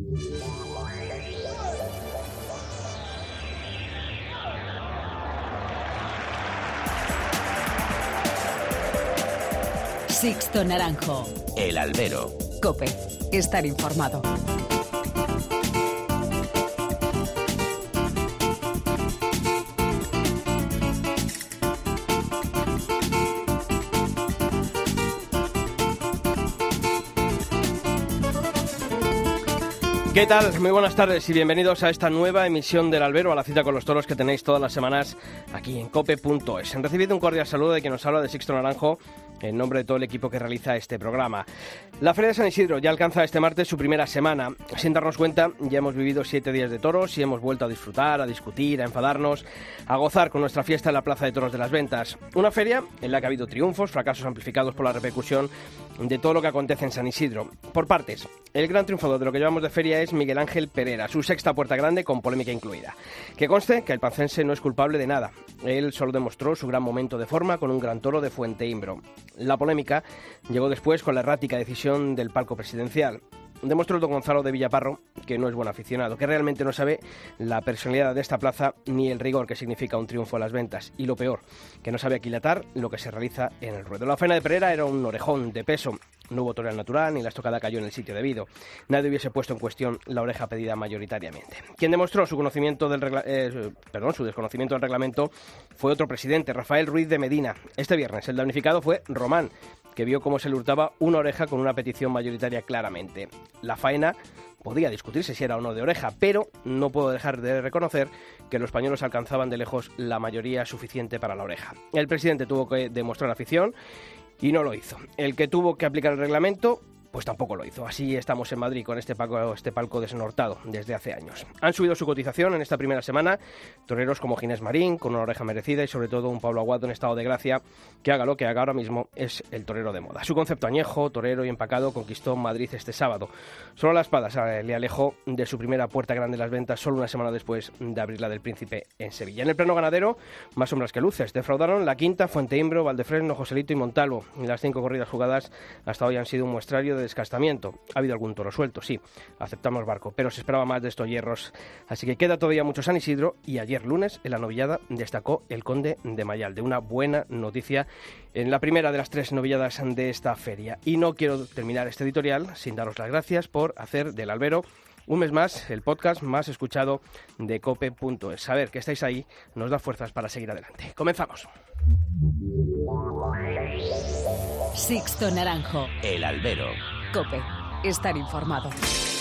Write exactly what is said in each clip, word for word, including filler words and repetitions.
Sixto Naranjo. El Albero. COPE. Estar informado. ¿Qué tal? Muy buenas tardes y bienvenidos a esta nueva emisión del Albero, a la cita con los toros que tenéis todas las semanas aquí en cope punto es. Han recibido un cordial saludo de quien nos habla, de Sixto Naranjo, en nombre de todo el equipo que realiza este programa. La Feria de San Isidro ya alcanza este martes su primera semana. Sin darnos cuenta, ya hemos vivido siete días de toros y hemos vuelto a disfrutar, a discutir, a enfadarnos, a gozar con nuestra fiesta en la Plaza de Toros de las Ventas. Una feria en la que ha habido triunfos, fracasos amplificados por la repercusión de todo lo que acontece en San Isidro. Por partes, el gran triunfador de lo que llevamos de feria es Miguel Ángel Perera, su sexta puerta grande con polémica incluida. Que conste que el pancense no es culpable de nada. Él solo demostró su gran momento de forma con un gran toro de Fuenteimbro. La polémica llegó después con la errática decisión del palco presidencial. Demostró don Gonzalo de Villaparro que no es buen aficionado, que realmente no sabe la personalidad de esta plaza ni el rigor que significa un triunfo a las ventas. Y lo peor, que no sabe aquilatar lo que se realiza en el ruedo. La faena de Perera era un orejón de peso. No hubo toreal natural ni la estocada cayó en el sitio debido. Nadie hubiese puesto en cuestión la oreja pedida mayoritariamente. Quien demostró su conocimiento del regla- eh, perdón, su desconocimiento del reglamento fue otro presidente, Rafael Ruiz de Medina. Este viernes el damnificado fue Román, que vio cómo se le hurtaba una oreja con una petición mayoritaria claramente. La faena podía discutirse si era o no de oreja, pero no puedo dejar de reconocer que los pañuelos alcanzaban de lejos la mayoría suficiente para la oreja. El presidente tuvo que demostrar afición y no lo hizo. El que tuvo que aplicar el reglamento, pues tampoco lo hizo. Así estamos en Madrid con este palco, este palco desnortado desde hace años. Han subido su cotización en esta primera semana toreros como Ginés Marín, con una oreja merecida, y sobre todo un Pablo Aguado en estado de gracia, que haga lo que haga ahora mismo es el torero de moda. Su concepto añejo, torero y empacado conquistó Madrid este sábado. Solo la espada eh, le alejó de su primera puerta grande en las ventas solo una semana después de abrir la del Príncipe en Sevilla. En el plano ganadero, más sombras que luces. Defraudaron la quinta, Fuenteimbro, Valdefresno, Joselito y Montalvo. Y las cinco corridas jugadas hasta hoy han sido un muestrario de descastamiento. Ha habido algún toro suelto, sí, aceptamos barco, pero se esperaba más de estos hierros. Así que queda todavía mucho San Isidro, y ayer lunes en la novillada destacó el Conde de Mayalde, una buena noticia en la primera de las tres novilladas de esta feria. Y no quiero terminar este editorial sin daros las gracias por hacer del Albero un mes más el podcast más escuchado de cope punto es. Saber que estáis ahí nos da fuerzas para seguir adelante. Comenzamos. Sixto Naranjo. El Albero. COPE. Estar informado.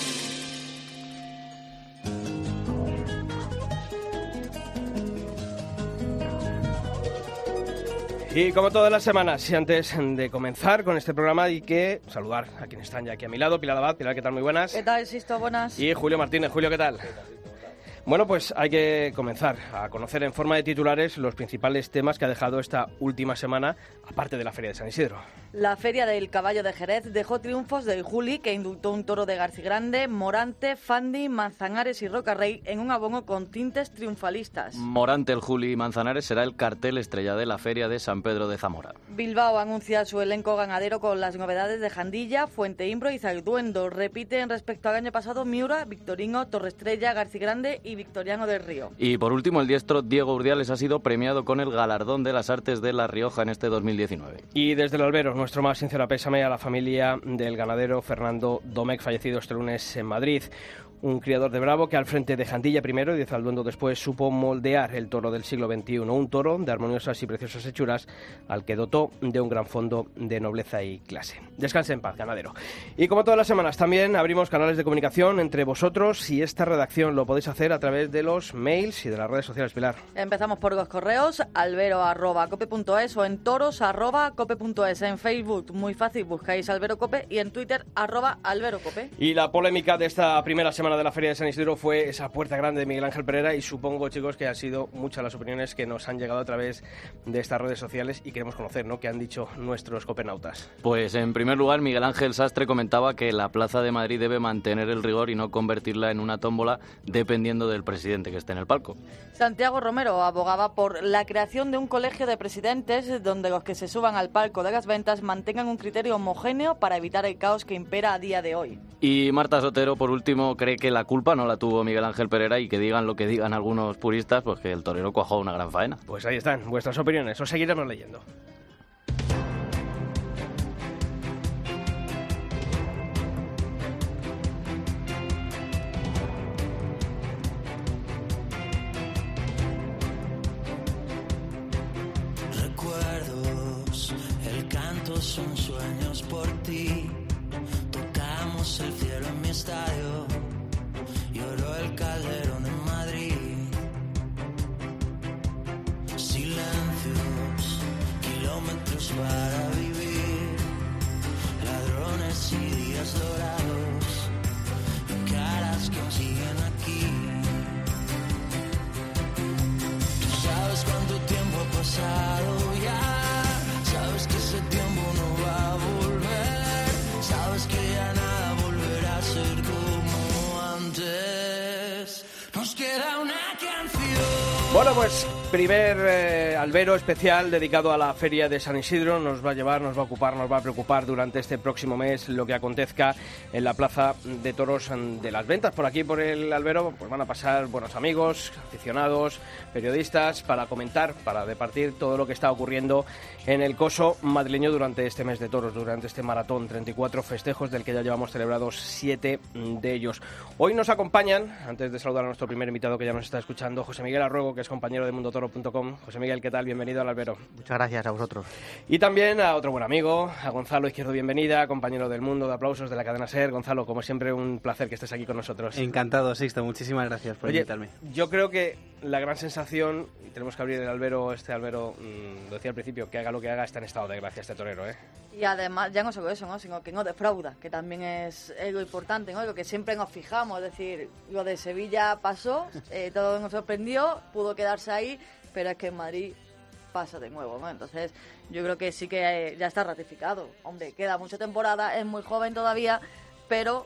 Y como todas las semanas, y antes de comenzar con este programa, hay que saludar a quienes están ya aquí a mi lado. Pilar Abad. Pilar, ¿qué tal? Muy buenas. ¿Qué tal, Sisto? Buenas. Y Julio Martínez. Julio, ¿qué tal? Bueno, pues hay que comenzar a conocer en forma de titulares los principales temas que ha dejado esta última semana, aparte de la Feria de San Isidro. La Feria del Caballo de Jerez dejó triunfos del Juli, que indultó un toro de Garcigrande, Morante, Fandi, Manzanares y Rocarrey en un abono con tintes triunfalistas. Morante, el Juli y Manzanares será el cartel estrella de la Feria de San Pedro de Zamora. Bilbao anuncia su elenco ganadero con las novedades de Jandilla, Fuenteimbro y Zalduendo. Repiten respecto al año pasado Miura, Victorino, Torrestrella, Garcigrande y Victoriano del Río. Y por último, el diestro Diego Urdiales ha sido premiado con el Galardón de las Artes de La Rioja en este dos mil diecinueve. Y desde el Albero, nuestro más sincero pésame a la familia del ganadero Fernando Domecq, fallecido este lunes en Madrid. Un criador de Bravo que al frente de Jandilla primero y de Zalduendo después supo moldear el toro del siglo veintiuno, un toro de armoniosas y preciosas hechuras al que dotó de un gran fondo de nobleza y clase. Descanse en paz, ganadero. Y como todas las semanas también abrimos canales de comunicación entre vosotros y esta redacción. Lo podéis hacer a través de los mails y de las redes sociales, Pilar. Empezamos por los correos, albero arroba cope punto es o en toros arroba cope punto es. En Facebook, muy fácil, buscáis Albero Cope, y en Twitter, arroba Albero Cope. Y la polémica de esta primera semana de la Feria de San Isidro fue esa puerta grande de Miguel Ángel Perera, y supongo, chicos, que han sido muchas las opiniones que nos han llegado a través de estas redes sociales y queremos conocer, ¿no?, qué han dicho nuestros copenautas. Pues en primer lugar, Miguel Ángel Sastre comentaba que la Plaza de Madrid debe mantener el rigor y no convertirla en una tómbola dependiendo del presidente que esté en el palco. Santiago Romero abogaba por la creación de un colegio de presidentes donde los que se suban al palco de las ventas mantengan un criterio homogéneo para evitar el caos que impera a día de hoy. Y Marta Sotero, por último, cree que la culpa no la tuvo Miguel Ángel Pereira y que digan lo que digan algunos puristas, pues que el torero cuajó una gran faena. Pues ahí están vuestras opiniones, os seguiremos leyendo. Recuerdos, el canto son sueños por ti. Tocamos el cielo en mi estadio, lloró el Calderón en Madrid. Silencios, kilómetros para vivir, ladrones y días dorados, y caras que aún siguen aquí. Tú sabes cuánto tiempo ha pasado ya, sabes que ese tiempo no va a volver, sabes que ya nada volverá a ser como antes. Nos queda una canción. Bueno, pues primer eh, albero especial dedicado a la Feria de San Isidro. Nos va a llevar, nos va a ocupar, nos va a preocupar durante este próximo mes lo que acontezca en la Plaza de Toros de las Ventas. Por aquí, por el albero, pues van a pasar buenos amigos, aficionados, periodistas, para comentar, para departir todo lo que está ocurriendo en el coso madrileño durante este mes de toros, durante este maratón, treinta y cuatro festejos del que ya llevamos celebrados siete de ellos. Hoy nos acompañan, antes de saludar a nuestro primer invitado que ya nos está escuchando, José Miguel Arruego, que es compañero de mundo toro punto com. José Miguel, ¿qué tal? Bienvenido al albero. Muchas gracias a vosotros. Y también a otro buen amigo, a Gonzalo Izquierdo, bienvenida, compañero del mundo de aplausos de la cadena SER. Gonzalo, como siempre, un placer que estés aquí con nosotros. Encantado, Sixto, muchísimas gracias por Oye, invitarme. Yo creo que la gran sensación, y tenemos que abrir el albero, este albero, mmm, lo decía al principio, que haga lo que haga, está en estado de gracia este torero, ¿eh? Y además, ya no solo eso, ¿no? Sino que no defrauda, que también es algo importante, ¿no? Lo que siempre nos fijamos, es decir, lo de Sevilla pasó, eh, todo nos sorprendió, pudo quedarse ahí, pero es que en Madrid pasa de nuevo, ¿no? Entonces, yo creo que sí que eh, ya está ratificado. Hombre, queda mucha temporada, es muy joven todavía, pero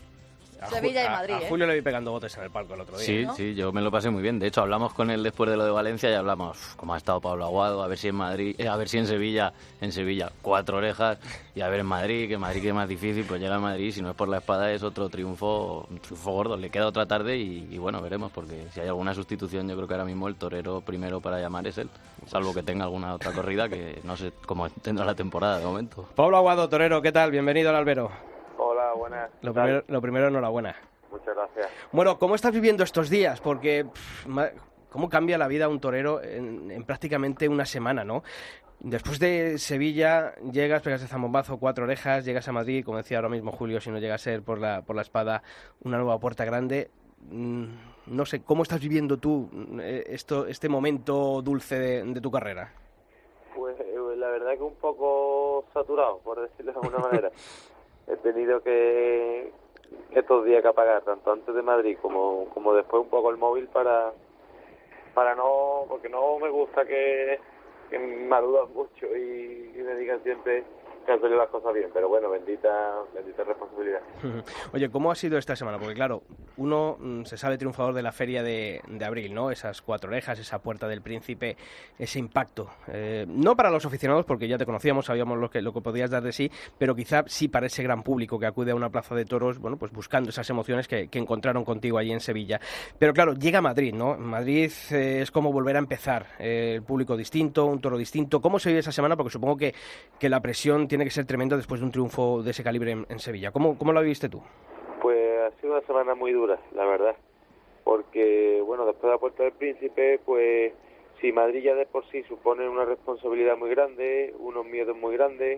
A Sevilla Ju- y Madrid, a, a ¿eh? Julio le vi pegando botes en el palco el otro día. Sí, ¿no? sí, yo me lo pasé muy bien. De hecho, hablamos con él después de lo de Valencia y hablamos uf, cómo ha estado Pablo Aguado, a ver si en Madrid, eh, a ver si en Sevilla, en Sevilla, cuatro orejas, y a ver en Madrid, que Madrid que es más difícil, pues llega a Madrid, si no es por la espada es otro triunfo, un triunfo gordo. Le queda otra tarde y, y bueno, veremos, porque si hay alguna sustitución, yo creo que ahora mismo el torero primero para llamar es él, salvo que tenga alguna otra corrida que no sé cómo tendrá la temporada de momento. Pablo Aguado, torero, ¿qué tal? Bienvenido al albero. Hola, buenas. Lo ¿Qué tal? primero, lo primero, enhorabuena. Muchas gracias. Bueno, ¿cómo estás viviendo estos días? Porque, pff, ma- ¿cómo cambia la vida a un torero en, en prácticamente una semana, no? Después de Sevilla, llegas, pegas el zambombazo, cuatro orejas, llegas a Madrid, como decía ahora mismo Julio, si no llega a ser por la, por la espada, una nueva puerta grande. Mm, no sé, ¿cómo estás viviendo tú eh, esto, este momento dulce de, de tu carrera? Pues eh, la verdad que un poco saturado, por decirlo de alguna manera. He tenido que estos días que apagar, tanto antes de Madrid como, como después un poco el móvil para para no, porque no me gusta que, que me aludan mucho y, y me digan siempre que han salido las cosas bien, pero bueno, bendita bendita responsabilidad. Oye, ¿cómo ha sido esta semana? Porque claro, uno mm, se sabe triunfador de la feria de, de abril, ¿no? Esas cuatro orejas, esa puerta del príncipe, ese impacto. Eh, no para los aficionados, porque ya te conocíamos, sabíamos lo que, lo que podías dar de sí, pero quizá sí para ese gran público que acude a una plaza de toros, bueno, pues buscando esas emociones que, que encontraron contigo allí en Sevilla. Pero claro, llega a Madrid, ¿no? Madrid eh, es como volver a empezar. Eh, el público distinto, un toro distinto. ¿Cómo se vive esa semana? Porque supongo que, que la presión tiene que ser tremenda después de un triunfo de ese calibre en, en Sevilla. ¿Cómo, ¿Cómo la viviste tú? Pues ha sido una semana muy dura, la verdad, porque, bueno, después de la Puerta del Príncipe, pues, si Madrid ya de por sí supone una responsabilidad muy grande, unos miedos muy grandes,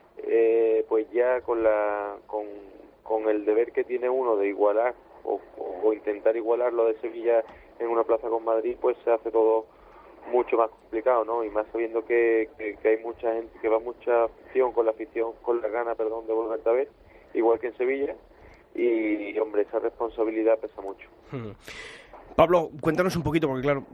eh, pues ya con la con, con el deber que tiene uno de igualar o, o, o intentar igualar lo de Sevilla en una plaza con Madrid, pues se hace todo mucho más complicado, ¿no? Y más sabiendo que, que, que hay mucha gente, que va mucha afición, con la afición, con la gana, perdón, de volverte a ver, igual que en Sevilla, y, hombre, esa responsabilidad pesa mucho. Hmm. Pablo, cuéntanos un poquito, porque claro,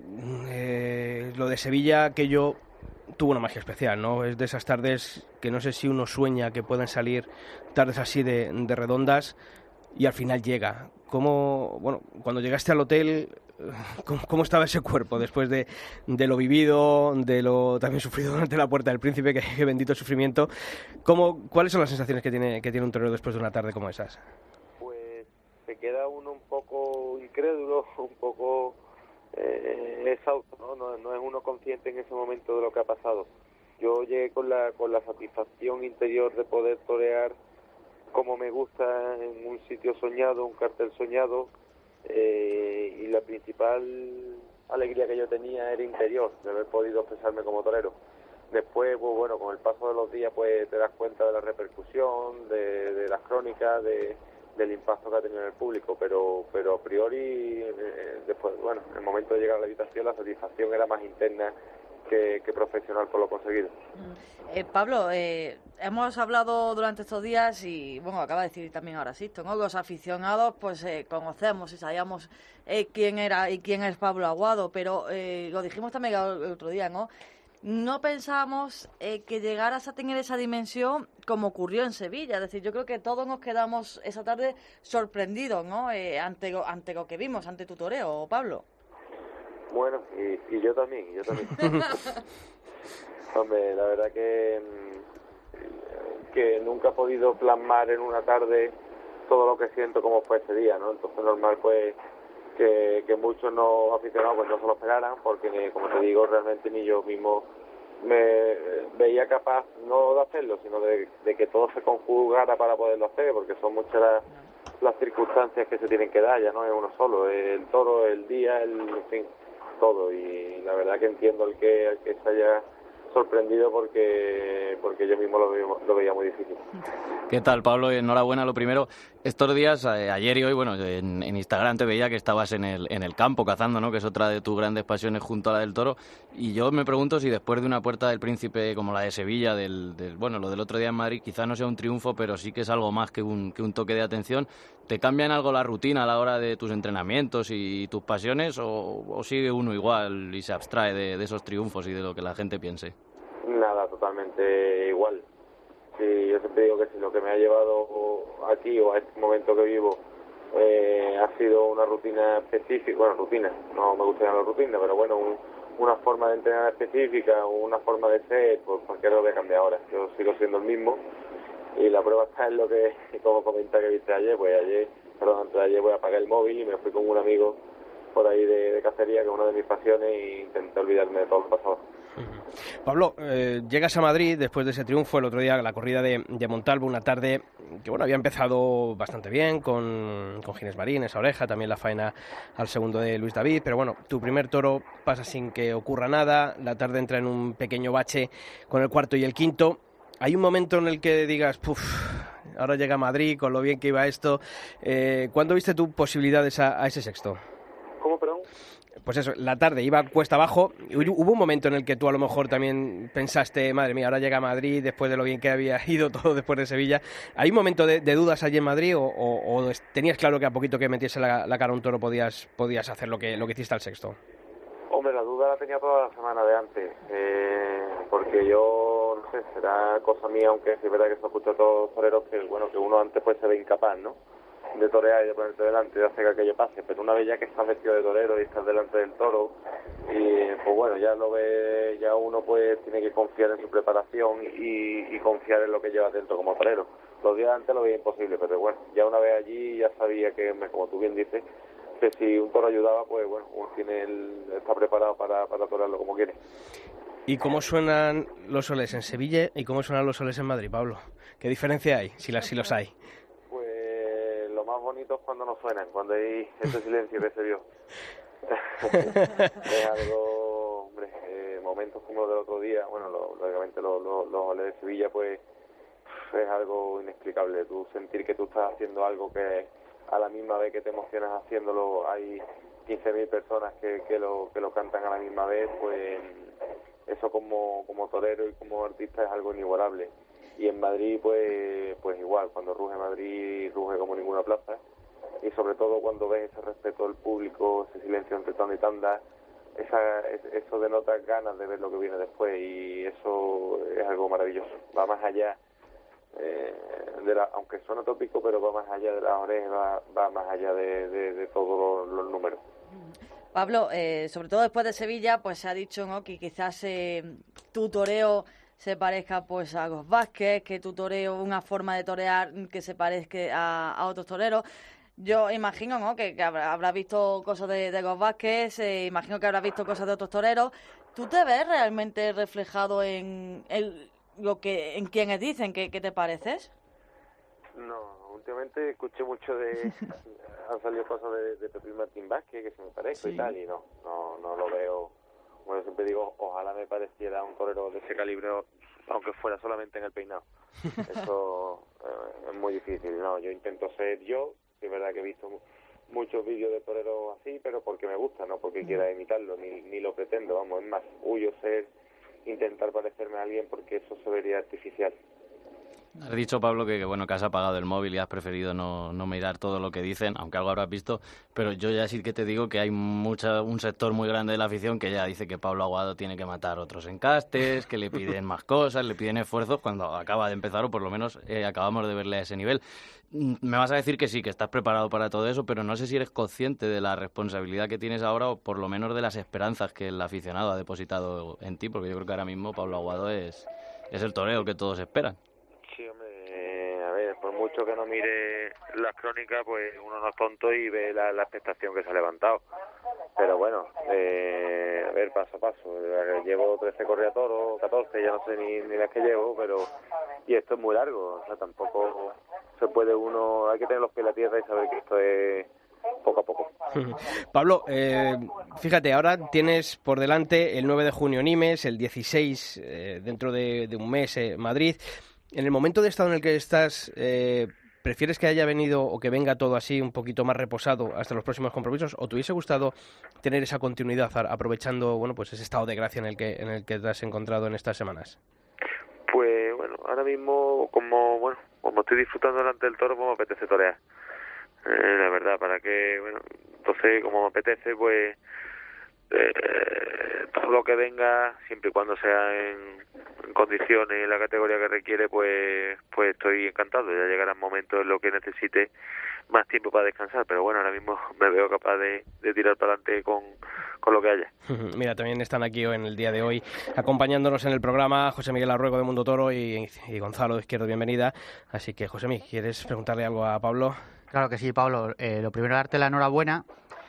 eh, lo de Sevilla, aquello tuvo una magia especial, ¿no? Es de esas tardes que no sé si uno sueña que pueden salir tardes así de, de redondas, y al final llega. ¿Cómo, bueno, cuando llegaste al hotel, cómo, cómo estaba ese cuerpo después de, de lo vivido, de lo también sufrido durante la Puerta del Príncipe, que, que bendito sufrimiento? ¿Cómo, ¿Cuáles son las sensaciones que tiene, que tiene un torero después de una tarde como esas? Pues se queda uno un poco incrédulo, un poco eh, exhausto, ¿no? ¿no? No es uno consciente en ese momento de lo que ha pasado. Yo llegué con la, con la satisfacción interior de poder torear como me gusta en un sitio soñado, un cartel soñado, eh, y la principal alegría que yo tenía era interior, de haber podido expresarme como torero. Después, pues bueno, con el paso de los días, pues te das cuenta de la repercusión, de, de las crónicas, de, del impacto que ha tenido en el público, pero pero a priori, eh, después, bueno, en el momento de llegar a la habitación, la satisfacción era más interna que, que profesional por lo conseguido. Eh, Pablo, eh, hemos hablado durante estos días y, bueno, acaba de decir también ahora Sixto, ¿no? Los aficionados, pues eh, conocemos y sabíamos eh, quién era y quién es Pablo Aguado, pero eh, lo dijimos también el otro día, ¿no? No pensábamos eh, que llegaras a tener esa dimensión como ocurrió en Sevilla. Es decir, yo creo que todos nos quedamos esa tarde sorprendidos, ¿no? Eh, ante, lo, ante lo que vimos, ante tu toreo, Pablo. Bueno, y, y yo también, y yo también. Hombre, la verdad que, que nunca he podido plasmar en una tarde todo lo que siento como fue ese día, ¿no? Entonces normal pues que, que muchos no aficionados pues no se lo esperaran, porque como te digo, realmente ni yo mismo me veía capaz no de hacerlo, sino de, de que todo se conjugara para poderlo hacer, porque son muchas las, las circunstancias que se tienen que dar, ya no es uno solo, el toro, el día, el en fin, todo, y la verdad que entiendo el que, el que se haya sorprendido porque porque yo mismo lo, veo, lo veía muy difícil. ¿Qué tal, Pablo? Enhorabuena, lo primero. Estos días, eh, ayer y hoy, bueno, en, en Instagram te veía que estabas en el, en el campo cazando, ¿no? Que es otra de tus grandes pasiones junto a la del toro. Y yo me pregunto si después de una Puerta del Príncipe como la de Sevilla, del, del bueno, lo del otro día en Madrid, quizás no sea un triunfo, pero sí que es algo más que un, que un toque de atención. ¿Te cambian algo la rutina a la hora de tus entrenamientos y tus pasiones o, o sigue uno igual y se abstrae de, de esos triunfos y de lo que la gente piense? Nada, totalmente igual. Sí, yo siempre digo que si lo que me ha llevado aquí o a este momento que vivo eh, ha sido una rutina específica, bueno, rutina, no me gusta llamar rutina, pero bueno, un, una forma de entrenar específica, una forma de ser, pues ¿por qué lo voy a cambiar ahora? Yo sigo siendo el mismo y la prueba está en lo que, como comenta que viste ayer, pues ayer, perdón, antes de ayer voy a apagar el móvil y me fui con un amigo por ahí de, de cacería, que es una de mis pasiones, e intenté olvidarme de todo lo pasado. Pablo, eh, llegas a Madrid después de ese triunfo el otro día, la corrida de, de Montalvo, una tarde que bueno había empezado bastante bien con, con Ginés Marín, esa oreja, también la faena al segundo de Luis David, pero bueno, tu primer toro pasa sin que ocurra nada, la tarde entra en un pequeño bache con el cuarto y el quinto. ¿Hay un momento en el que digas, puf, ahora llega a Madrid con lo bien que iba esto? Eh, ¿Cuándo viste tú posibilidades a, a ese sexto? ¿Cómo, perdón? Pues eso, la tarde iba cuesta abajo. ¿Hubo un momento en el que tú a lo mejor también pensaste, madre mía, ahora llega a Madrid después de lo bien que había ido todo después de Sevilla? ¿Hay un momento de, de dudas allí en Madrid o, o, o tenías claro que a poquito que metiese la, la cara a un toro podías podías hacer lo que lo que hiciste al sexto? Hombre, la duda la tenía toda la semana de antes, eh, porque yo, no sé, será cosa mía, aunque es verdad que se escucha a todos los toreros que, bueno, que uno antes pues se ve incapaz, ¿no?, de torear y de ponerte delante y de hacer que aquello pase, pero una vez ya que estás vestido de torero y estás delante del toro, y pues bueno, ya lo ve, ya uno pues tiene que confiar en su preparación y, y confiar en lo que lleva dentro como torero. Los días antes lo veía imposible, pero bueno, ya una vez allí ya sabía que, como tú bien dices, que si un toro ayudaba, pues bueno, uno tiene el, está preparado para, para torearlo como quiere. ¿Y cómo suenan los soles en Sevilla y cómo suenan los soles en Madrid, Pablo? ¿Qué diferencia hay, si, las, si los hay? Lo más bonito es cuando no suenan, cuando hay ese silencio que se vio. Es algo, hombre, eh, momentos como los del otro día, bueno, lo, lógicamente los lo, lo, lo de Sevilla, pues es algo inexplicable. Tú sentir que tú estás haciendo algo que a la misma vez que te emocionas haciéndolo, hay quince mil personas que, que, lo, que lo cantan a la misma vez, pues eso como, como torero y como artista es algo inigualable. Y en Madrid, pues pues igual, cuando ruge Madrid, ruge como ninguna plaza. Y sobre todo cuando ves ese respeto del público, ese silencio entre tanda y tanda, esa, eso denota ganas de ver lo que viene después. Y eso es algo maravilloso. Va más allá, eh, de la, aunque suena tópico, pero va más allá de las orejas, va, va más allá de, de, de todos los, los números. Pablo, eh, sobre todo después de Sevilla, pues se ha dicho, ¿no?, que quizás eh, tu toreo se parezca pues a Gos Vázquez, que tu toreo, una forma de torear que se parezca a, a otros toreros. Yo imagino, ¿no?, que, que habrá, habrá visto cosas de, de los Vázquez, eh, imagino que habrá visto cosas de otros toreros. ¿Tú te ves realmente reflejado en, en lo que en quienes dicen que, que te pareces? No, últimamente escuché mucho de... han salido cosas de, de Pepín Martín Vázquez, que se me parezco Sí. y tal, y no, no, no lo veo. Bueno, siempre digo, ojalá me pareciera un torero de ese calibre, aunque fuera solamente en el peinado. Eso eh, es muy difícil, no, yo intento ser yo. Es verdad que he visto muchos vídeos de toreros así, pero porque me gusta, no porque quiera imitarlo, ni, ni lo pretendo, vamos, es más, huyo ser, intentar parecerme a alguien porque eso se vería artificial. Has dicho, Pablo, que, que bueno, que has apagado el móvil y has preferido no, no mirar todo lo que dicen, aunque algo habrás visto, pero yo ya sí que te digo que hay mucha, un sector muy grande de la afición que ya dice que Pablo Aguado tiene que matar otros encastes, que le piden más cosas, le piden esfuerzos cuando acaba de empezar, o por lo menos eh, acabamos de verle a ese nivel. Me vas a decir que sí, que estás preparado para todo eso, pero no sé si eres consciente de la responsabilidad que tienes ahora o por lo menos de las esperanzas que el aficionado ha depositado en ti, porque yo creo que ahora mismo Pablo Aguado es, es el torero que todos esperan. Sí, hombre, eh, a ver, por mucho que no mire las crónicas, pues uno no es tonto y ve la, la expectación que se ha levantado. Pero bueno, eh, a ver, paso a paso. Llevo trece correatoros, catorce, ya no sé ni, ni las que llevo, pero... Y esto es muy largo, o sea, tampoco se puede uno... Hay que tener los pies en la tierra y saber que esto es poco a poco. Pablo, eh, fíjate, ahora tienes por delante el nueve de junio Nimes, el dieciséis eh, dentro de, de un mes eh, Madrid. En el momento de estado en el que estás, eh, ¿prefieres que haya venido o que venga todo así un poquito más reposado hasta los próximos compromisos, o te hubiese gustado tener esa continuidad aprovechando, bueno, pues ese estado de gracia en el que en el que te has encontrado en estas semanas? Pues bueno, ahora mismo como bueno, como estoy disfrutando delante del toro, pues me apetece torear. Eh, la verdad, para que bueno, entonces como me apetece, pues eh, todo lo que venga, siempre y cuando sea en, en condiciones y en la categoría que requiere, pues pues estoy encantado. Ya llegarán momentos en los que necesite más tiempo para descansar, pero bueno, ahora mismo me veo capaz de, de tirar para adelante con, con lo que haya. Mira, también están aquí en el día de hoy acompañándonos en el programa José Miguel Arruego de Mundo Toro y, y Gonzalo de Izquierdo, bienvenida. Así que, José Miguel, ¿quieres preguntarle algo a Pablo? Claro que sí, Pablo. Eh, lo primero, darte la enhorabuena.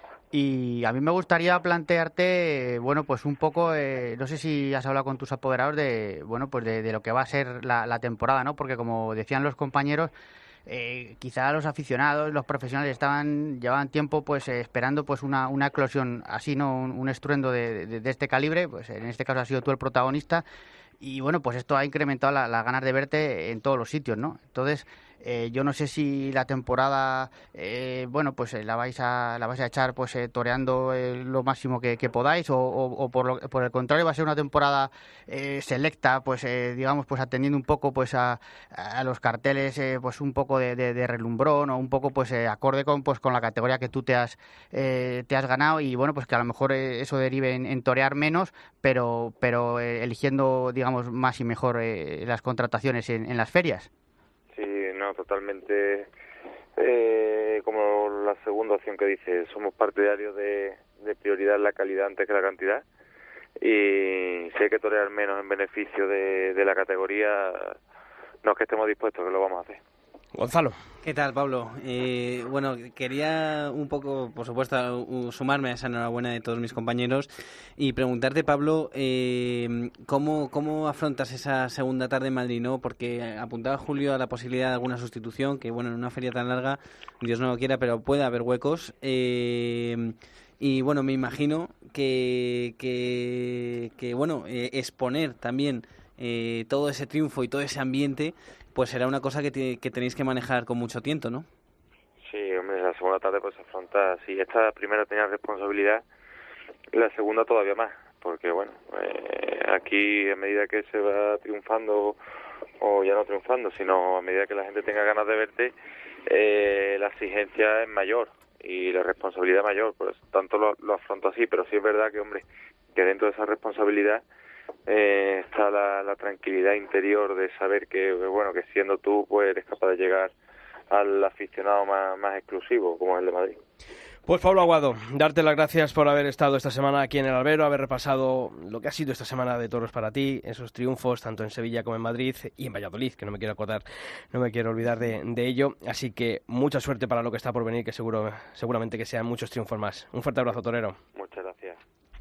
Y a mí me gustaría plantearte, bueno, pues un poco, eh, no sé si has hablado con tus apoderados de, bueno, pues de, de lo que va a ser la, la temporada, ¿no? Porque como decían los compañeros, eh, quizá los aficionados, los profesionales estaban llevaban tiempo, pues eh, esperando, pues una, una eclosión así, no, un, un estruendo de, de, de este calibre. Pues en este caso has sido tú el protagonista. Y bueno, pues esto ha incrementado las la ganas de verte en todos los sitios, ¿no? Entonces, eh, yo no sé si la temporada, eh, bueno, pues eh, la vais a la vais a echar pues eh, toreando eh, lo máximo que, que podáis, o, o, o por, lo, por el contrario va a ser una temporada eh, selecta, pues eh, digamos, pues atendiendo un poco pues a, a los carteles, eh, pues un poco de, de, de relumbrón, o un poco pues eh, acorde con pues con la categoría que tú te has eh, te has ganado, y bueno, pues que a lo mejor eh, eso derive en, en torear menos, pero pero eh, eligiendo, digamos, más y mejor eh, las contrataciones en, en las ferias. Sí, no, totalmente. Eh, como la segunda opción que dice, somos partidarios de, de prioridad la calidad antes que la cantidad, y si hay que torear menos en beneficio de, de la categoría, no es que estemos dispuestos, que lo vamos a hacer. Gonzalo. ¿Qué tal, Pablo? Eh, bueno, quería un poco, por supuesto, sumarme a esa enhorabuena de todos mis compañeros y preguntarte, Pablo, eh, ¿cómo, ¿cómo afrontas esa segunda tarde en Madrid, ¿no? Porque apuntaba Julio a la posibilidad de alguna sustitución, que bueno, en una feria tan larga, Dios no lo quiera, pero puede haber huecos. Eh, y bueno, me imagino que, que, que bueno, eh, exponer también eh, todo ese triunfo y todo ese ambiente, pues será una cosa que, te, que tenéis que manejar con mucho tiento, ¿no? Sí, hombre, la segunda tarde pues se afronta, si esta primera tenía responsabilidad, la segunda todavía más, porque bueno, eh, aquí a medida que se va triunfando, o ya no triunfando, sino a medida que la gente tenga ganas de verte, eh, la exigencia es mayor y la responsabilidad mayor, por eso tanto lo, lo afronto así, pero sí es verdad que, hombre, que dentro de esa responsabilidad Eh, está la, la tranquilidad interior de saber que, bueno, que siendo tú, pues eres capaz de llegar al aficionado más, más exclusivo, como es el de Madrid. Pues Pablo Aguado, darte las gracias por haber estado esta semana aquí en el Albero, haber repasado lo que ha sido esta semana de toros para ti, esos triunfos tanto en Sevilla como en Madrid y en Valladolid, que no me quiero acordar, no me quiero olvidar de, de ello. Así que mucha suerte para lo que está por venir, que seguro, seguramente que sean muchos triunfos más. Un fuerte abrazo, torero. Muchas gracias.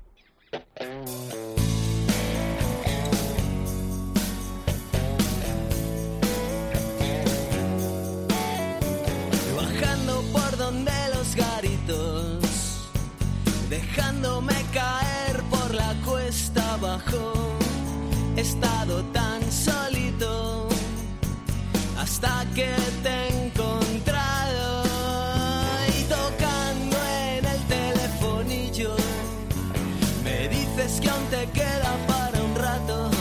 Bajando por donde los garitos, dejándome caer por la cuesta abajo, he estado tan solito hasta que te he encontrado y tocando en el telefonillo me dices que aún te queda para un rato.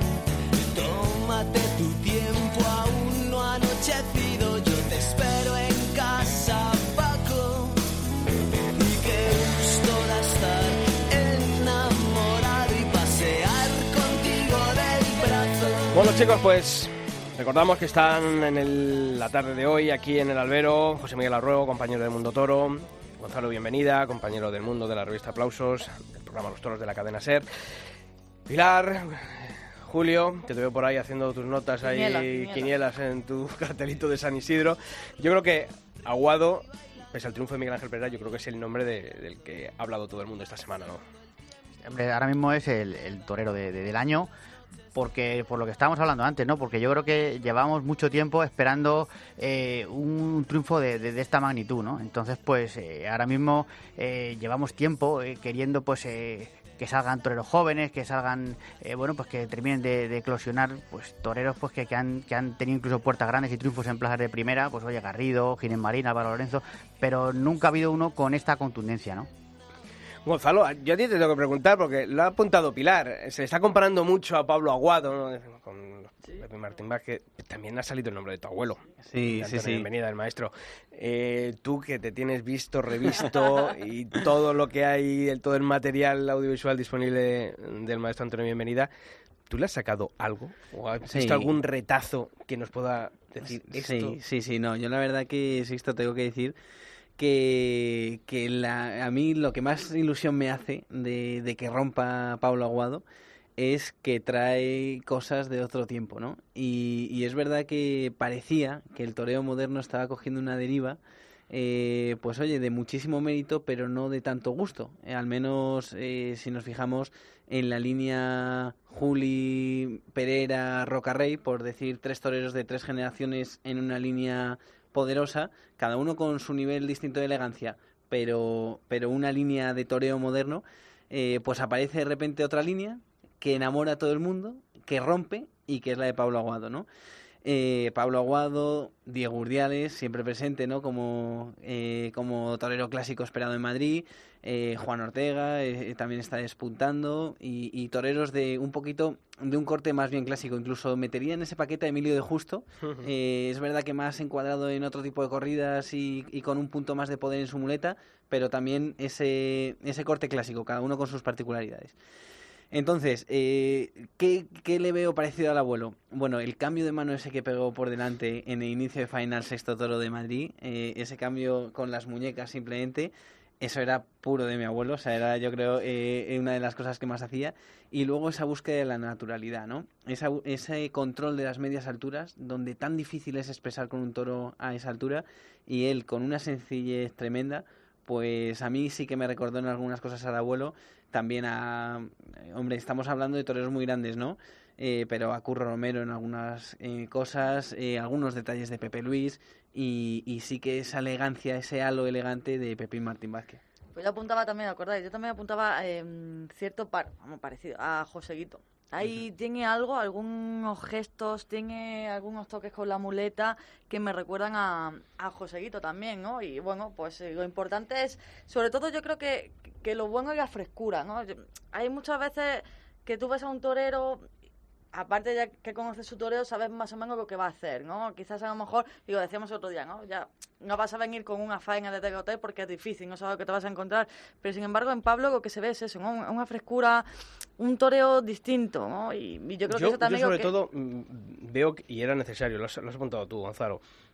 Tómate tu tiempo, aún no ha anochecido, yo te espero en casa, Paco, y qué gusto da estar enamorado y pasear contigo del brazo. Bueno, chicos, pues recordamos que están en el, la tarde de hoy aquí en el Albero José Miguel Arruego, compañero del Mundo Toro, Gonzalo Bienvenida, compañero del Mundo de la revista Aplausos, del programa Los Toros de la cadena SER, Pilar, Julio, que te veo por ahí haciendo tus notas, Quiniela, ahí quiniela. quinielas en tu cartelito de San Isidro. Yo creo que Aguado, pese al triunfo de Miguel Ángel Pereira, yo creo que es el nombre de, del que ha hablado todo el mundo esta semana, ¿no? Hombre, ahora mismo es el, el torero de, de, del año, porque por lo que estábamos hablando antes, ¿no? Porque yo creo que llevamos mucho tiempo esperando eh, un triunfo de, de, de esta magnitud, ¿no? Entonces, pues eh, ahora mismo eh, llevamos tiempo eh, queriendo, pues, eh, que salgan toreros jóvenes, que salgan, eh, bueno, pues que terminen de, de eclosionar, pues toreros, pues que, que han que han tenido incluso puertas grandes y triunfos en plazas de primera, pues oye, Garrido, Ginés Marín, Álvaro Lorenzo, pero nunca ha habido uno con esta contundencia, ¿no? Gonzalo, yo a ti te tengo que preguntar, porque lo ha apuntado Pilar, se le está comparando mucho a Pablo Aguado, ¿no? Con Pepe Martín Vázquez, también ha salido el nombre de tu abuelo. Sí, sí, sí. Bienvenida, el maestro. Eh, tú que te tienes visto, revisto y todo lo que hay, el, todo el material audiovisual disponible del maestro Antonio Bienvenida, ¿tú le has sacado algo? ¿O has Sí. visto algún retazo que nos pueda decir esto? Sí, sí, sí, no, yo la verdad que, Sixto, tengo que decir que, que la, a mí lo que más ilusión me hace de, de que rompa Pablo Aguado es que trae cosas de otro tiempo, ¿no? Y, y es verdad que parecía que el toreo moderno estaba cogiendo una deriva, eh, pues oye, de muchísimo mérito, pero no de tanto gusto. Eh, al menos eh, si nos fijamos en la línea Juli, Pereira, Rocarrey, por decir tres toreros de tres generaciones en una línea poderosa, cada uno con su nivel distinto de elegancia, pero, pero una línea de toreo moderno, eh, pues aparece de repente otra línea que enamora a todo el mundo, que rompe y que es la de Pablo Aguado, ¿no? Eh, Pablo Aguado, Diego Urdiales, siempre presente, ¿no? Como, eh, como torero clásico esperado en Madrid, eh, Juan Ortega eh, también está despuntando y, y toreros de un poquito, de un corte más bien clásico, incluso metería en ese paquete a Emilio de Justo, eh, es verdad que más encuadrado en otro tipo de corridas y, y con un punto más de poder en su muleta, pero también ese, ese corte clásico, cada uno con sus particularidades. Entonces, eh, ¿qué, ¿qué le veo parecido al abuelo? Bueno, el cambio de mano ese que pegó por delante en el inicio de Final Sexto Toro de Madrid, eh, ese cambio con las muñecas simplemente, eso era puro de mi abuelo, o sea, era yo creo eh, una de las cosas que más hacía. Y luego esa búsqueda de la naturalidad, ¿no? Esa, ese control de las medias alturas, donde tan difícil es expresar con un toro a esa altura, y él con una sencillez tremenda, pues a mí sí que me recordó en algunas cosas al abuelo. También a, hombre, estamos hablando de toreros muy grandes, ¿no? Eh, pero a Curro Romero en algunas eh, cosas, eh, algunos detalles de Pepe Luis y, y sí que esa elegancia, ese halo elegante de Pepín Martín Vázquez. Pues yo apuntaba también, ¿acordáis? Yo también apuntaba eh, cierto par, vamos, parecido a Joseguito. Ahí uh-huh. Tiene algo, algunos gestos, tiene algunos toques con la muleta que me recuerdan a, a Joseguito también, ¿no? Y bueno, pues eh, lo importante es, sobre todo yo creo que, que lo bueno es la frescura, ¿no? Yo, hay muchas veces que tú ves a un torero, aparte ya que conoces su toreo, sabes más o menos lo que va a hacer, ¿no? Quizás a lo mejor, y lo decíamos otro día, ¿no? Ya no vas a venir con una faena de tegote porque es difícil, no sabes lo que te vas a encontrar. Pero sin embargo, en Pablo lo que se ve es eso, ¿no? Una frescura, un toreo distinto, ¿no? Y, y yo creo yo, que eso también... Yo sobre que... todo veo, y era necesario, lo has, lo has apuntado tú, Gonzalo,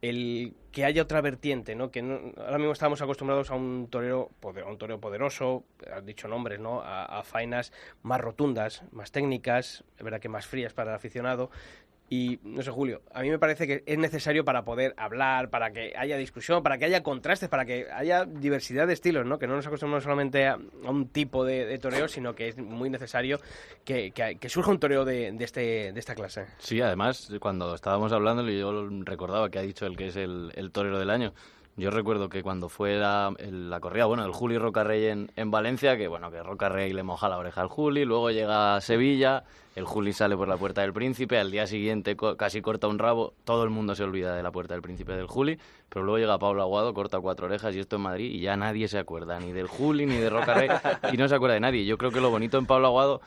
el que haya otra vertiente, ¿no? Que no, ahora mismo estamos acostumbrados a un torero, a un torero poderoso, has dicho nombres, ¿no? A, a faenas más rotundas, más técnicas, es verdad que más frías para el aficionado. Y, no sé, Julio, a mí me parece que es necesario para poder hablar, para que haya discusión, para que haya contrastes, para que haya diversidad de estilos, ¿no? Que no nos acostumbramos solamente a, a un tipo de, de toreo, sino que es muy necesario que, que, que surja un toreo de, de, este, de esta clase. Sí, además, cuando estábamos hablando, yo recordaba que ha dicho el que es el, el torero del año. Yo recuerdo que cuando fue la, la corrida, bueno, el Juli Rocarrey en, en Valencia, que bueno, que Rocarrey le moja la oreja al Juli, luego llega a Sevilla, el Juli sale por la Puerta del Príncipe, al día siguiente co- casi corta un rabo, todo el mundo se olvida de la Puerta del Príncipe del Juli, pero luego llega Pablo Aguado, corta cuatro orejas y esto en Madrid y ya nadie se acuerda ni del Juli ni de Rocarrey y no se acuerda de nadie. Yo creo que lo bonito en Pablo Aguado,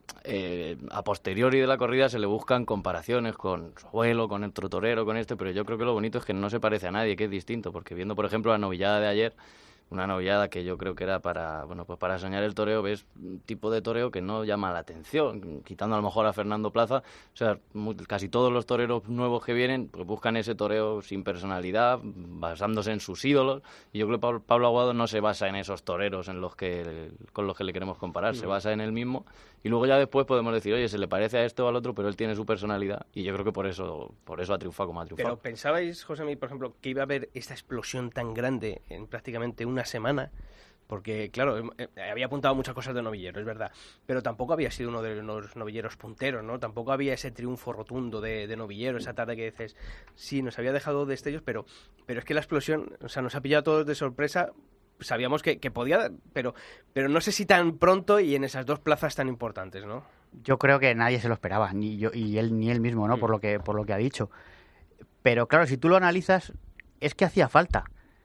Eh, a posteriori de la corrida se le buscan comparaciones con su abuelo, con otro torero, con este, pero yo creo que lo bonito es que no se parece a nadie, que es distinto, porque viendo, por ejemplo, la novillada de ayer, una novillada que yo creo que era para, bueno, pues para soñar el toreo, ves un tipo de toreo que no llama la atención, quitando a lo mejor a Fernando Plaza, o sea, muy, casi todos los toreros nuevos que vienen pues buscan ese toreo sin personalidad, basándose en sus ídolos, y yo creo que Pablo, Pablo Aguado no se basa en esos toreros en los que con los que le queremos comparar, se basa en él mismo, y luego ya después podemos decir, oye, se le parece a este o al otro, pero él tiene su personalidad, y yo creo que por eso, por eso ha triunfado como ha triunfado. Pero ¿pensabais, José Miguel, por ejemplo, que iba a haber esta explosión tan grande en prácticamente una semana? Porque, claro, eh, había apuntado muchas cosas de novillero, es verdad, pero tampoco había sido uno de los novilleros punteros, ¿no? Tampoco había ese triunfo rotundo de, de novillero, esa tarde que dices, sí, nos había dejado destellos, pero, pero es que la explosión, o sea, nos ha pillado a todos de sorpresa. Sabíamos que, que podía, pero, pero no sé si tan pronto y en esas dos plazas tan importantes, ¿no? Yo creo que nadie se lo esperaba, ni yo y él ni él mismo, ¿no? Mm. Por lo que por lo que ha dicho. Pero claro, si tú lo analizas, es que hacía falta.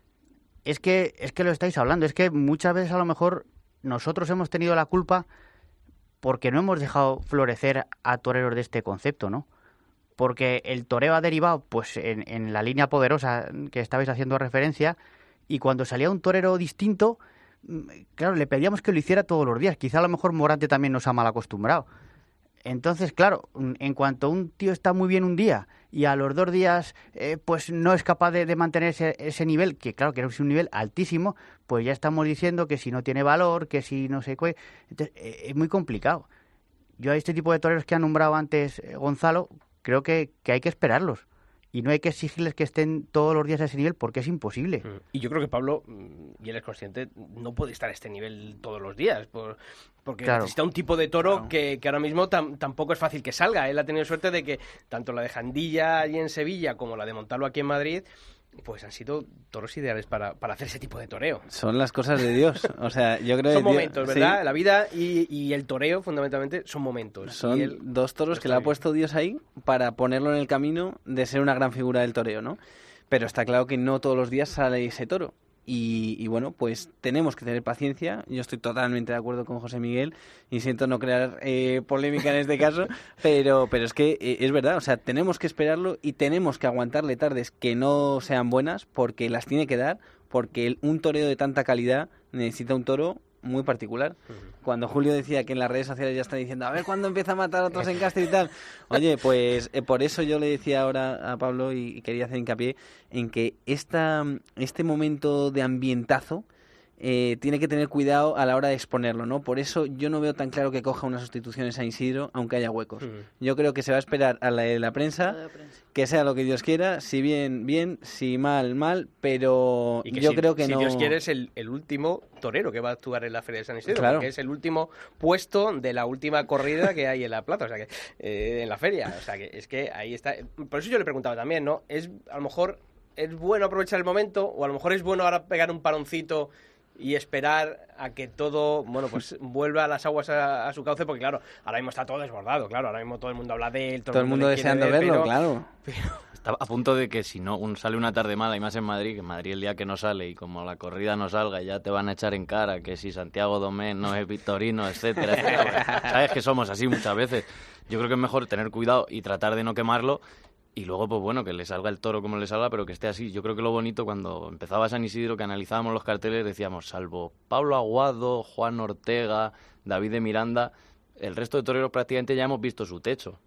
Es que es que lo estáis hablando, es que muchas veces a lo mejor nosotros hemos tenido la culpa porque no hemos dejado florecer a toreros de este concepto, ¿no? Porque el toreo ha derivado pues en, en la línea poderosa que estabais haciendo referencia, y cuando salía un torero distinto, claro, le pedíamos que lo hiciera todos los días. Quizá a lo mejor Morante también nos ha mal acostumbrado. Entonces, claro, en cuanto un tío está muy bien un día y a los dos días eh, pues no es capaz de, de mantener ese, ese nivel, que claro que es un nivel altísimo, pues ya estamos diciendo que si no tiene valor, que si no sé qué. Entonces, eh, es muy complicado. Yo a este tipo de toreros que ha nombrado antes eh, Gonzalo, creo que, que hay que esperarlos. Y no hay que exigirles que estén todos los días a ese nivel porque es imposible. Y yo creo que Pablo, y él es consciente, no puede estar a este nivel todos los días, por, porque claro, necesita un tipo de toro claro. que, que ahora mismo tam, tampoco es fácil que salga. Él ha tenido suerte de que tanto la de Jandilla allí en Sevilla como la de Montalvo aquí en Madrid, pues han sido toros ideales para, para hacer ese tipo de toreo. Son las cosas de Dios. O sea, yo creo son que momentos, Dios, ¿verdad? sí. La vida y, y el toreo, fundamentalmente, son momentos. Son y él, dos toros que le ha puesto Dios ahí para ponerlo en el camino de ser una gran figura del toreo, ¿no? Pero está claro que no todos los días sale ese toro. Y, y bueno, pues tenemos que tener paciencia. Yo estoy totalmente de acuerdo con José Miguel y siento no crear eh, polémica en este caso, pero, pero es que eh, es verdad, o sea, tenemos que esperarlo y tenemos que aguantarle tardes que no sean buenas porque las tiene que dar, porque el, un toreo de tanta calidad necesita un toro muy particular. Cuando Julio decía que en las redes sociales ya están diciendo a ver cuándo empieza a matar a otros en Castre y tal, oye, pues eh, por eso yo le decía ahora a Pablo y, y quería hacer hincapié en que esta, este momento de ambientazo eh, tiene que tener cuidado a la hora de exponerlo, ¿no? Por eso yo no veo tan claro que coja unas sustituciones a Isidro, aunque haya huecos. Mm. Yo creo que se va a esperar a la de la prensa, Lo de prensa. que sea lo que Dios quiera, si bien, bien, si mal, mal, pero Y que yo si, creo que si no... Dios quiere es el, el último torero que va a actuar en la Feria de San Isidro, Claro. porque es el último puesto de la última corrida que hay en la plaza, o sea que eh, en la feria, o sea que es que ahí está. Por eso yo le preguntaba también, ¿no? Es a lo mejor es bueno aprovechar el momento o a lo mejor es bueno ahora pegar un paroncito y esperar a que todo, bueno, pues vuelva a las aguas a, a su cauce, porque claro, ahora mismo está todo desbordado, claro, ahora mismo todo el mundo habla de él, todo, Todo el mundo le quiere deseando ver, verlo, pero- claro. Está a punto de que si no un, sale una tarde mala y más en Madrid, que en Madrid el día que no sale y como la corrida no salga ya te van a echar en cara que si Santiago Domén no es Victorino, etcétera, etcétera. Sabes que somos así muchas veces. Yo creo que es mejor tener cuidado y tratar de no quemarlo y luego, pues bueno, que le salga el toro como le salga, pero que esté así. Yo creo que lo bonito cuando empezaba San Isidro, que analizábamos los carteles, decíamos, salvo Pablo Aguado, Juan Ortega, David de Miranda, el resto de toreros prácticamente ya hemos visto su techo.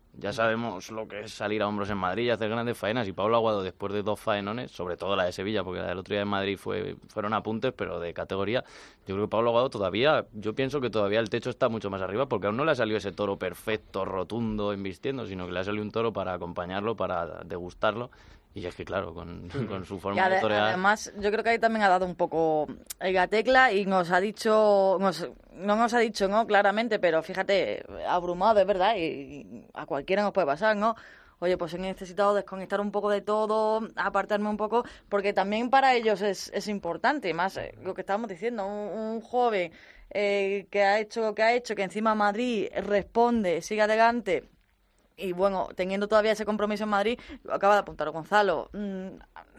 Ya sabemos lo que es salir a hombros en Madrid y hacer grandes faenas. Y Pablo Aguado, después de dos faenones, sobre todo la de Sevilla, porque la del otro día en Madrid fue, fueron apuntes, pero de categoría, yo creo que Pablo Aguado todavía, yo pienso que todavía el techo está mucho más arriba, porque aún no le ha salido ese toro perfecto, rotundo, embistiendo, sino que le ha salido un toro para acompañarlo, para degustarlo. Y es que, claro, con, con su forma ade- de torear... Además, yo creo que ahí también ha dado un poco el gatecla y nos ha dicho, nos, no nos ha dicho, ¿no? Claramente, pero fíjate, abrumado, es verdad, y, y a cualquiera nos puede pasar, ¿no? Oye, pues he necesitado desconectar un poco de todo, apartarme un poco, porque también para ellos es, es importante, más eh, lo que estábamos diciendo, un, un joven eh, que ha hecho lo que ha hecho, que encima Madrid responde, sigue adelante... Y bueno, teniendo todavía ese compromiso en Madrid, lo acaba de apuntar Gonzalo, mmm,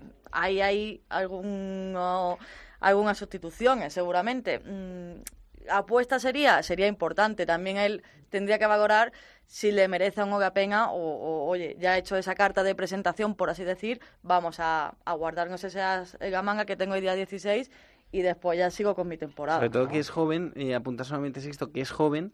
ahí hay algún, oh, algunas sustituciones seguramente. Mm, apuesta sería, sería importante. También él tendría que valorar si le merece o no la pena, o, o oye, ya he hecho esa carta de presentación, por así decir, vamos a, a guardarnos esas en la manga que tengo el día dieciséis y después ya sigo con mi temporada. Sobre todo ¿no? que es joven, eh, apunta solamente Sixto, que es joven,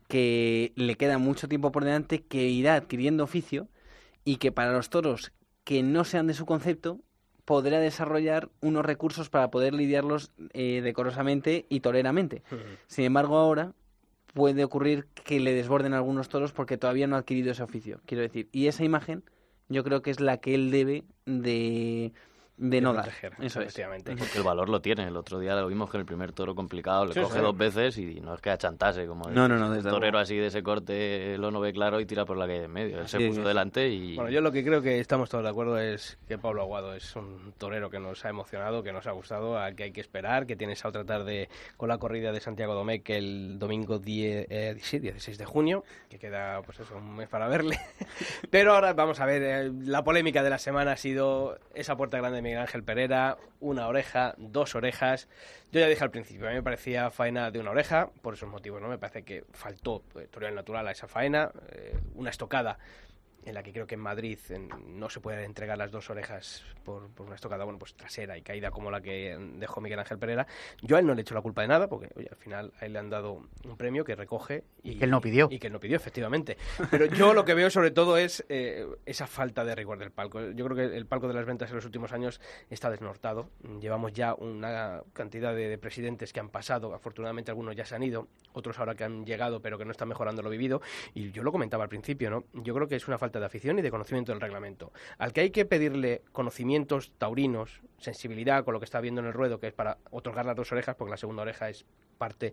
que le queda mucho tiempo por delante, que irá adquiriendo oficio y que para los toros que no sean de su concepto podrá desarrollar unos recursos para poder lidiarlos eh, decorosamente y toreramente. Uh-huh. Sin embargo, ahora puede ocurrir que le desborden algunos toros porque todavía no ha adquirido ese oficio, quiero decir. Y esa imagen yo creo que es la que él debe de... de no dar. Eso es. Porque el valor lo tiene. El otro día lo vimos que en el primer toro complicado le sí, coge sí. dos veces y no es que achantase como no, el, no, no, un desde torero luego. así de ese corte lo no ve claro y tira por la calle de en medio. Él se sí, puso sí. delante y... Bueno, yo lo que creo que estamos todos de acuerdo es que Pablo Aguado es un torero que nos ha emocionado, que nos ha gustado, al que hay que esperar, que tiene esa otra tarde con la corrida de Santiago Domecq el domingo diez, eh, sí, dieciséis de junio, que queda pues eso, un mes para verle. Pero ahora vamos a ver, eh, la polémica de la semana ha sido esa puerta grande de Miguel Ángel Pereira, una oreja, dos orejas. Yo ya dije al principio, a mí me parecía faena de una oreja, por esos motivos, ¿no? Me parece que faltó eh, torear natural a esa faena, eh, una estocada en la que creo que en Madrid en, no se puede entregar las dos orejas por, por una estocada, bueno, pues trasera y caída como la que dejó Miguel Ángel Pereira. Yo a él no le echo la culpa de nada, porque oye, al final a él le han dado un premio que recoge y, y que él no pidió. Y que él no pidió, efectivamente. Pero yo lo que veo sobre todo es eh, esa falta de rigor del palco. Yo creo que el palco de las ventas en los últimos años está desnortado. Llevamos ya una cantidad de, de presidentes que han pasado, afortunadamente algunos ya se han ido, otros ahora que han llegado pero que no están mejorando lo vivido, y yo lo comentaba al principio, ¿no? Yo creo que es una falta de afición y de conocimiento del reglamento. Al que hay que pedirle conocimientos taurinos, sensibilidad con lo que está viendo en el ruedo, que es para otorgar las dos orejas, porque la segunda oreja es parte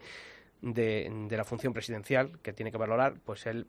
de, de la función presidencial que tiene que valorar, pues él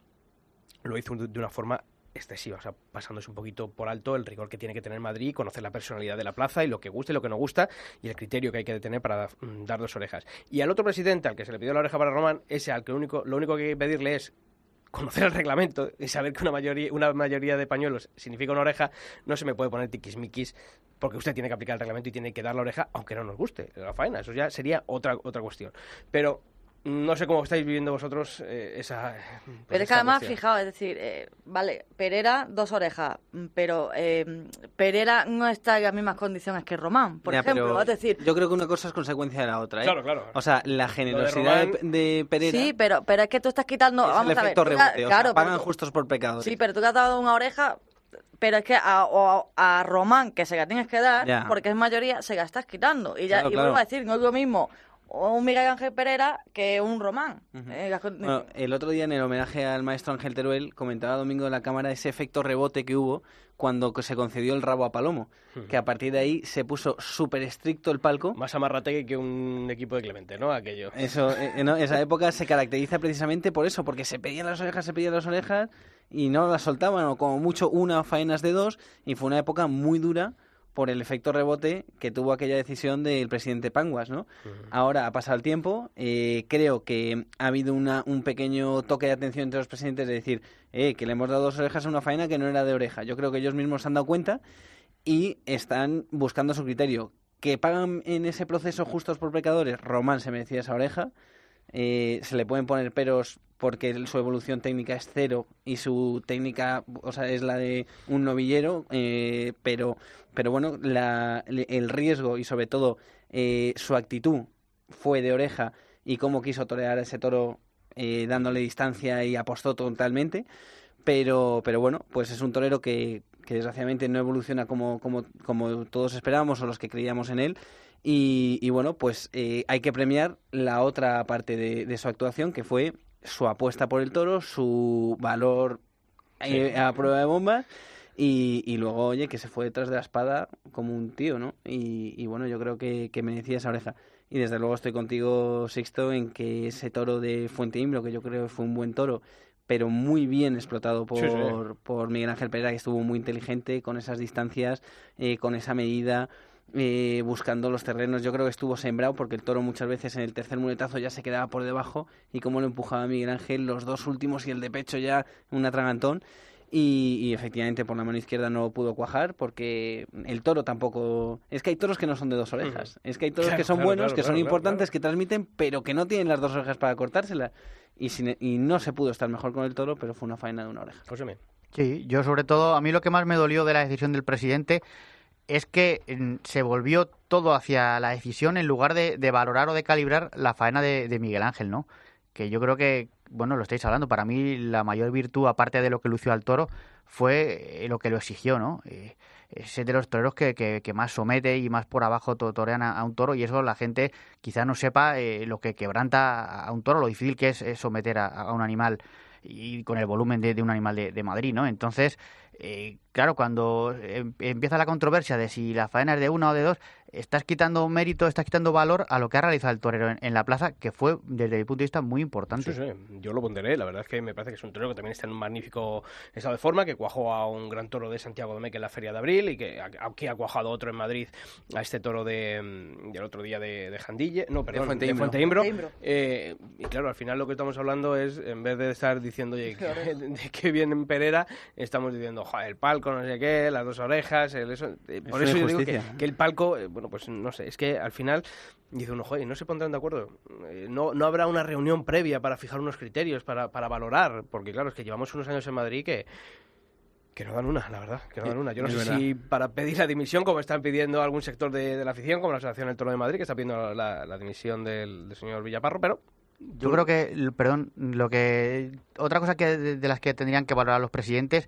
lo hizo de una forma excesiva, o sea, pasándose un poquito por alto el rigor que tiene que tener Madrid, conocer la personalidad de la plaza y lo que gusta y lo que no gusta y el criterio que hay que tener para mm, dar dos orejas. Y al otro presidente, al que se le pidió la oreja para Román, ese al que lo único, lo único que hay que pedirle es conocer el reglamento y saber que una mayoría, una mayoría de pañuelos significa una oreja. No se me puede poner tiquismiquis porque usted tiene que aplicar el reglamento y tiene que dar la oreja aunque no nos guste la faena. Eso ya sería otra otra cuestión. Pero no sé cómo estáis viviendo vosotros eh, esa... Pues pero es que además, cuestión. fijaos, es decir, eh, vale, Pereira, dos orejas, pero eh, Pereira no está en las mismas condiciones que Román, por ya, ejemplo, es decir... Yo creo que una cosa es consecuencia de la otra, ¿eh? Claro, claro. O sea, la generosidad de, Román... de, de Pereira... Sí, pero, pero es que tú estás quitando... Es vamos el a ver, efecto tú, rebote, o claro, sea, pagan pero, justos por pecadores. Sí, pero tú te has dado una oreja... Pero es que a, a, a Román, que se la tienes que dar, ya. porque es mayoría, se la estás quitando. Y ya claro, y claro. vuelvo a decir, no es lo mismo un Miguel Ángel Pereira que un Román. Uh-huh. eh, las... bueno, el otro día en el homenaje al maestro Ángel Teruel comentaba Domingo de la Cámara ese efecto rebote que hubo cuando se concedió el rabo a Palomo, uh-huh. que a partir de ahí se puso súper estricto el palco. Más amarrategui que un equipo de Clemente, ¿no? Aquello. Eso, eh, no, esa época se caracteriza precisamente por eso, porque se pedían las orejas, se pedían las orejas y no las soltaban, o como mucho una faenas de dos, y fue una época muy dura por el efecto rebote que tuvo aquella decisión del presidente Panguas, ¿no? Uh-huh. Ahora ha pasado el tiempo, eh, creo que ha habido una, un pequeño toque de atención entre los presidentes de decir eh, que le hemos dado dos orejas a una faena que no era de oreja. Yo creo que ellos mismos se han dado cuenta y están buscando su criterio. ¿Que pagan en ese proceso justos por pecadores? Román se merecía esa oreja. Eh, se le pueden poner peros porque su evolución técnica es cero y su técnica, o sea, es la de un novillero, eh, pero, pero bueno, la, el riesgo y sobre todo eh, su actitud fue de oreja y cómo quiso torear a ese toro eh, dándole distancia y apostó totalmente. pero, pero bueno, pues es un torero que, que desgraciadamente no evoluciona como, como, como todos esperábamos o los que creíamos en él. Y, y bueno, pues eh, hay que premiar la otra parte de, de su actuación, que fue su apuesta por el toro, su valor eh, sí. a prueba de bombas. Y, y luego, oye, que se fue detrás de la espada como un tío, ¿no? Y, y bueno, yo creo que, que merecía esa oreja. Y desde luego estoy contigo, Sixto, en que ese toro de Fuenteimbro, que yo creo que fue un buen toro, pero muy bien explotado por, sí, sí. por Miguel Ángel Pereira, que estuvo muy inteligente con esas distancias, eh, con esa medida, eh, buscando los terrenos. Yo creo que estuvo sembrado porque el toro muchas veces en el tercer muletazo ya se quedaba por debajo y como lo empujaba Miguel Ángel, los dos últimos y el de pecho ya un atragantón. Y, y efectivamente por la mano izquierda no pudo cuajar porque el toro tampoco... Es que hay toros que no son de dos orejas. Uh-huh. Es que hay toros claro, que son claro, buenos, claro, que claro, son claro, importantes, claro. que transmiten, pero que no tienen las dos orejas para cortárselas. Y, sin, y no se pudo estar mejor con el toro, pero fue una faena de una oreja. Pues bien. Sí, yo sobre todo, a mí lo que más me dolió de la decisión del presidente es que mm, se volvió todo hacia la decisión en lugar de, de valorar o de calibrar la faena de, de Miguel Ángel, ¿no? Que yo creo que, bueno, lo estáis hablando, para mí la mayor virtud, aparte de lo que lució al toro, fue lo que lo exigió, ¿no? Eh, es de los toreros que, que, que más somete y más por abajo to, torean a, a un toro, y eso la gente quizás no sepa eh, lo que quebranta a un toro, lo difícil que es, es someter a, a un animal y con el volumen de, de un animal de, de Madrid, ¿no? Entonces, eh, claro, cuando em, empieza la controversia de si la faena es de una o de dos, estás quitando mérito, estás quitando valor a lo que ha realizado el torero en, en la plaza, que fue, desde mi punto de vista, muy importante. Sí, sí, yo lo ponderé. La verdad es que me parece que es un torero que también está en un magnífico estado de forma, que cuajó a un gran toro de Santiago Domecq en la Feria de Abril y que aquí ha cuajado otro en Madrid a este toro de, del otro día de, de Jandille, no, perdón, de Fuenteimbro. De Fuenteimbro. Eh, y claro, al final lo que estamos hablando es, en vez de estar diciendo, oye, que, de que viene en Perera, estamos diciendo, joder, el palco, no sé qué, las dos orejas, el eso. Eh, por eso, eso yo digo que, que el palco, eh, bueno, pues no sé, es que al final dice uno, joder, no se pondrán de acuerdo, eh, no, no habrá una reunión previa para fijar unos criterios, para, para valorar, porque claro, es que llevamos unos años en Madrid que que no dan una, la verdad, que no dan una. Yo no es sé verdad. si para pedir la dimisión, como están pidiendo algún sector de, de la afición, como la Asociación del Toro de Madrid, que está pidiendo la, la, la dimisión del, del señor Villaparro, pero... Yo creo que, perdón, lo que otra cosa que de, de las que tendrían que valorar los presidentes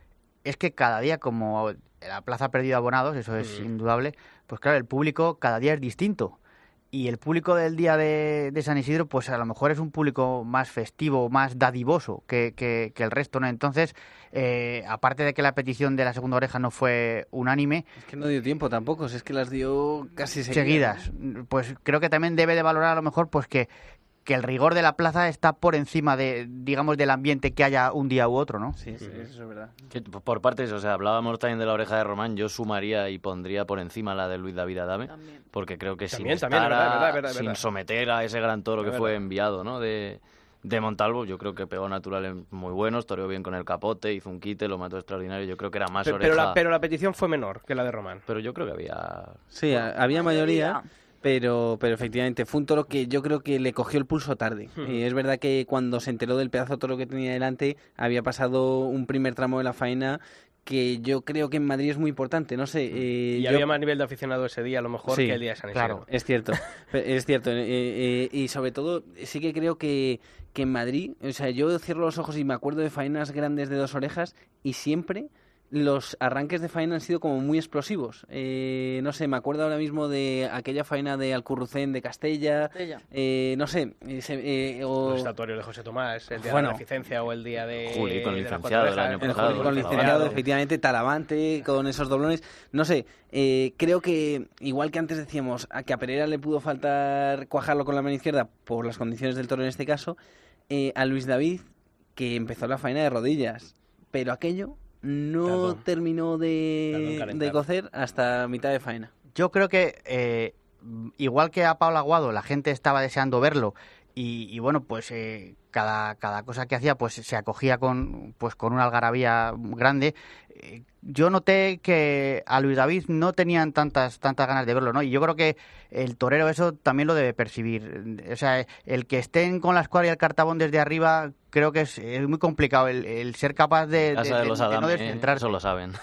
es que cada día, como la plaza ha perdido abonados, eso es mm. indudable, pues claro, el público cada día es distinto. Y el público del día de, de San Isidro, pues a lo mejor es un público más festivo, más dadivoso que, que, que el resto, ¿no? Entonces, eh, aparte de que la petición de la segunda oreja no fue unánime... Es que no dio tiempo tampoco, es que las dio casi seguidas. seguidas. Pues creo que también debe de valorar a lo mejor pues que que el rigor de la plaza está por encima de, digamos, del ambiente que haya un día u otro, ¿no? Sí, sí, eso es verdad. Que por partes, o sea, hablábamos también de la oreja de Román, yo sumaría y pondría por encima la de Luis David Adame, también. Porque creo que también, sin, también, estar verdad, a, verdad, verdad, sin verdad. someter a ese gran toro que verdad. fue enviado, ¿no?, de, de Montalvo, yo creo que pegó naturales muy buenos, toreó bien con el capote, hizo un quite, lo mató extraordinario, yo creo que era más pero, oreja... Pero la, pero la petición fue menor que la de Román. Pero yo creo que había... Sí, bueno, había mayoría... Pero, pero efectivamente fue un toro que yo creo que le cogió el pulso tarde. Hmm. Y es verdad que cuando se enteró del pedazo de toro que tenía delante, había pasado un primer tramo de la faena que yo creo que en Madrid es muy importante, no sé. Eh, y yo... había más nivel de aficionado ese día, a lo mejor, sí, que el día de San Isidro. Claro, es cierto, es cierto. Eh, eh, y sobre todo, sí que creo que, que en Madrid, o sea, yo cierro los ojos y me acuerdo de faenas grandes de dos orejas y siempre... los arranques de faena han sido como muy explosivos. Eh, no sé, me acuerdo ahora mismo de aquella faena de Alcurrucén de Castella. Eh, no sé. Eh, eh, o... Los estatuarios de José Tomás, el día bueno, de la licencia o el día de... Juli con de licenciado el año pasado. Juli con licenciado, efectivamente, Talavante, con esos doblones. No sé, eh, creo que igual que antes decíamos a que a Pereira le pudo faltar cuajarlo con la mano izquierda por las condiciones del toro en este caso, eh, a Luis David, que empezó la faena de rodillas, pero aquello... no Tardón. terminó de, de cocer hasta mitad de faena. Yo creo que, eh, igual que a Pablo Aguado, la gente estaba deseando verlo y, y bueno, pues eh, cada, cada cosa que hacía pues se acogía con, pues, con una algarabía grande. Eh, yo noté que a Luis David no tenían tantas tantas ganas de verlo, ¿no? Y yo creo que el torero eso también lo debe percibir. O sea, el que estén con la escuadra y el cartabón desde arriba, creo que es, es muy complicado el, el ser capaz de, de, de, de, los de Adame, no descentrarse. Eso lo saben.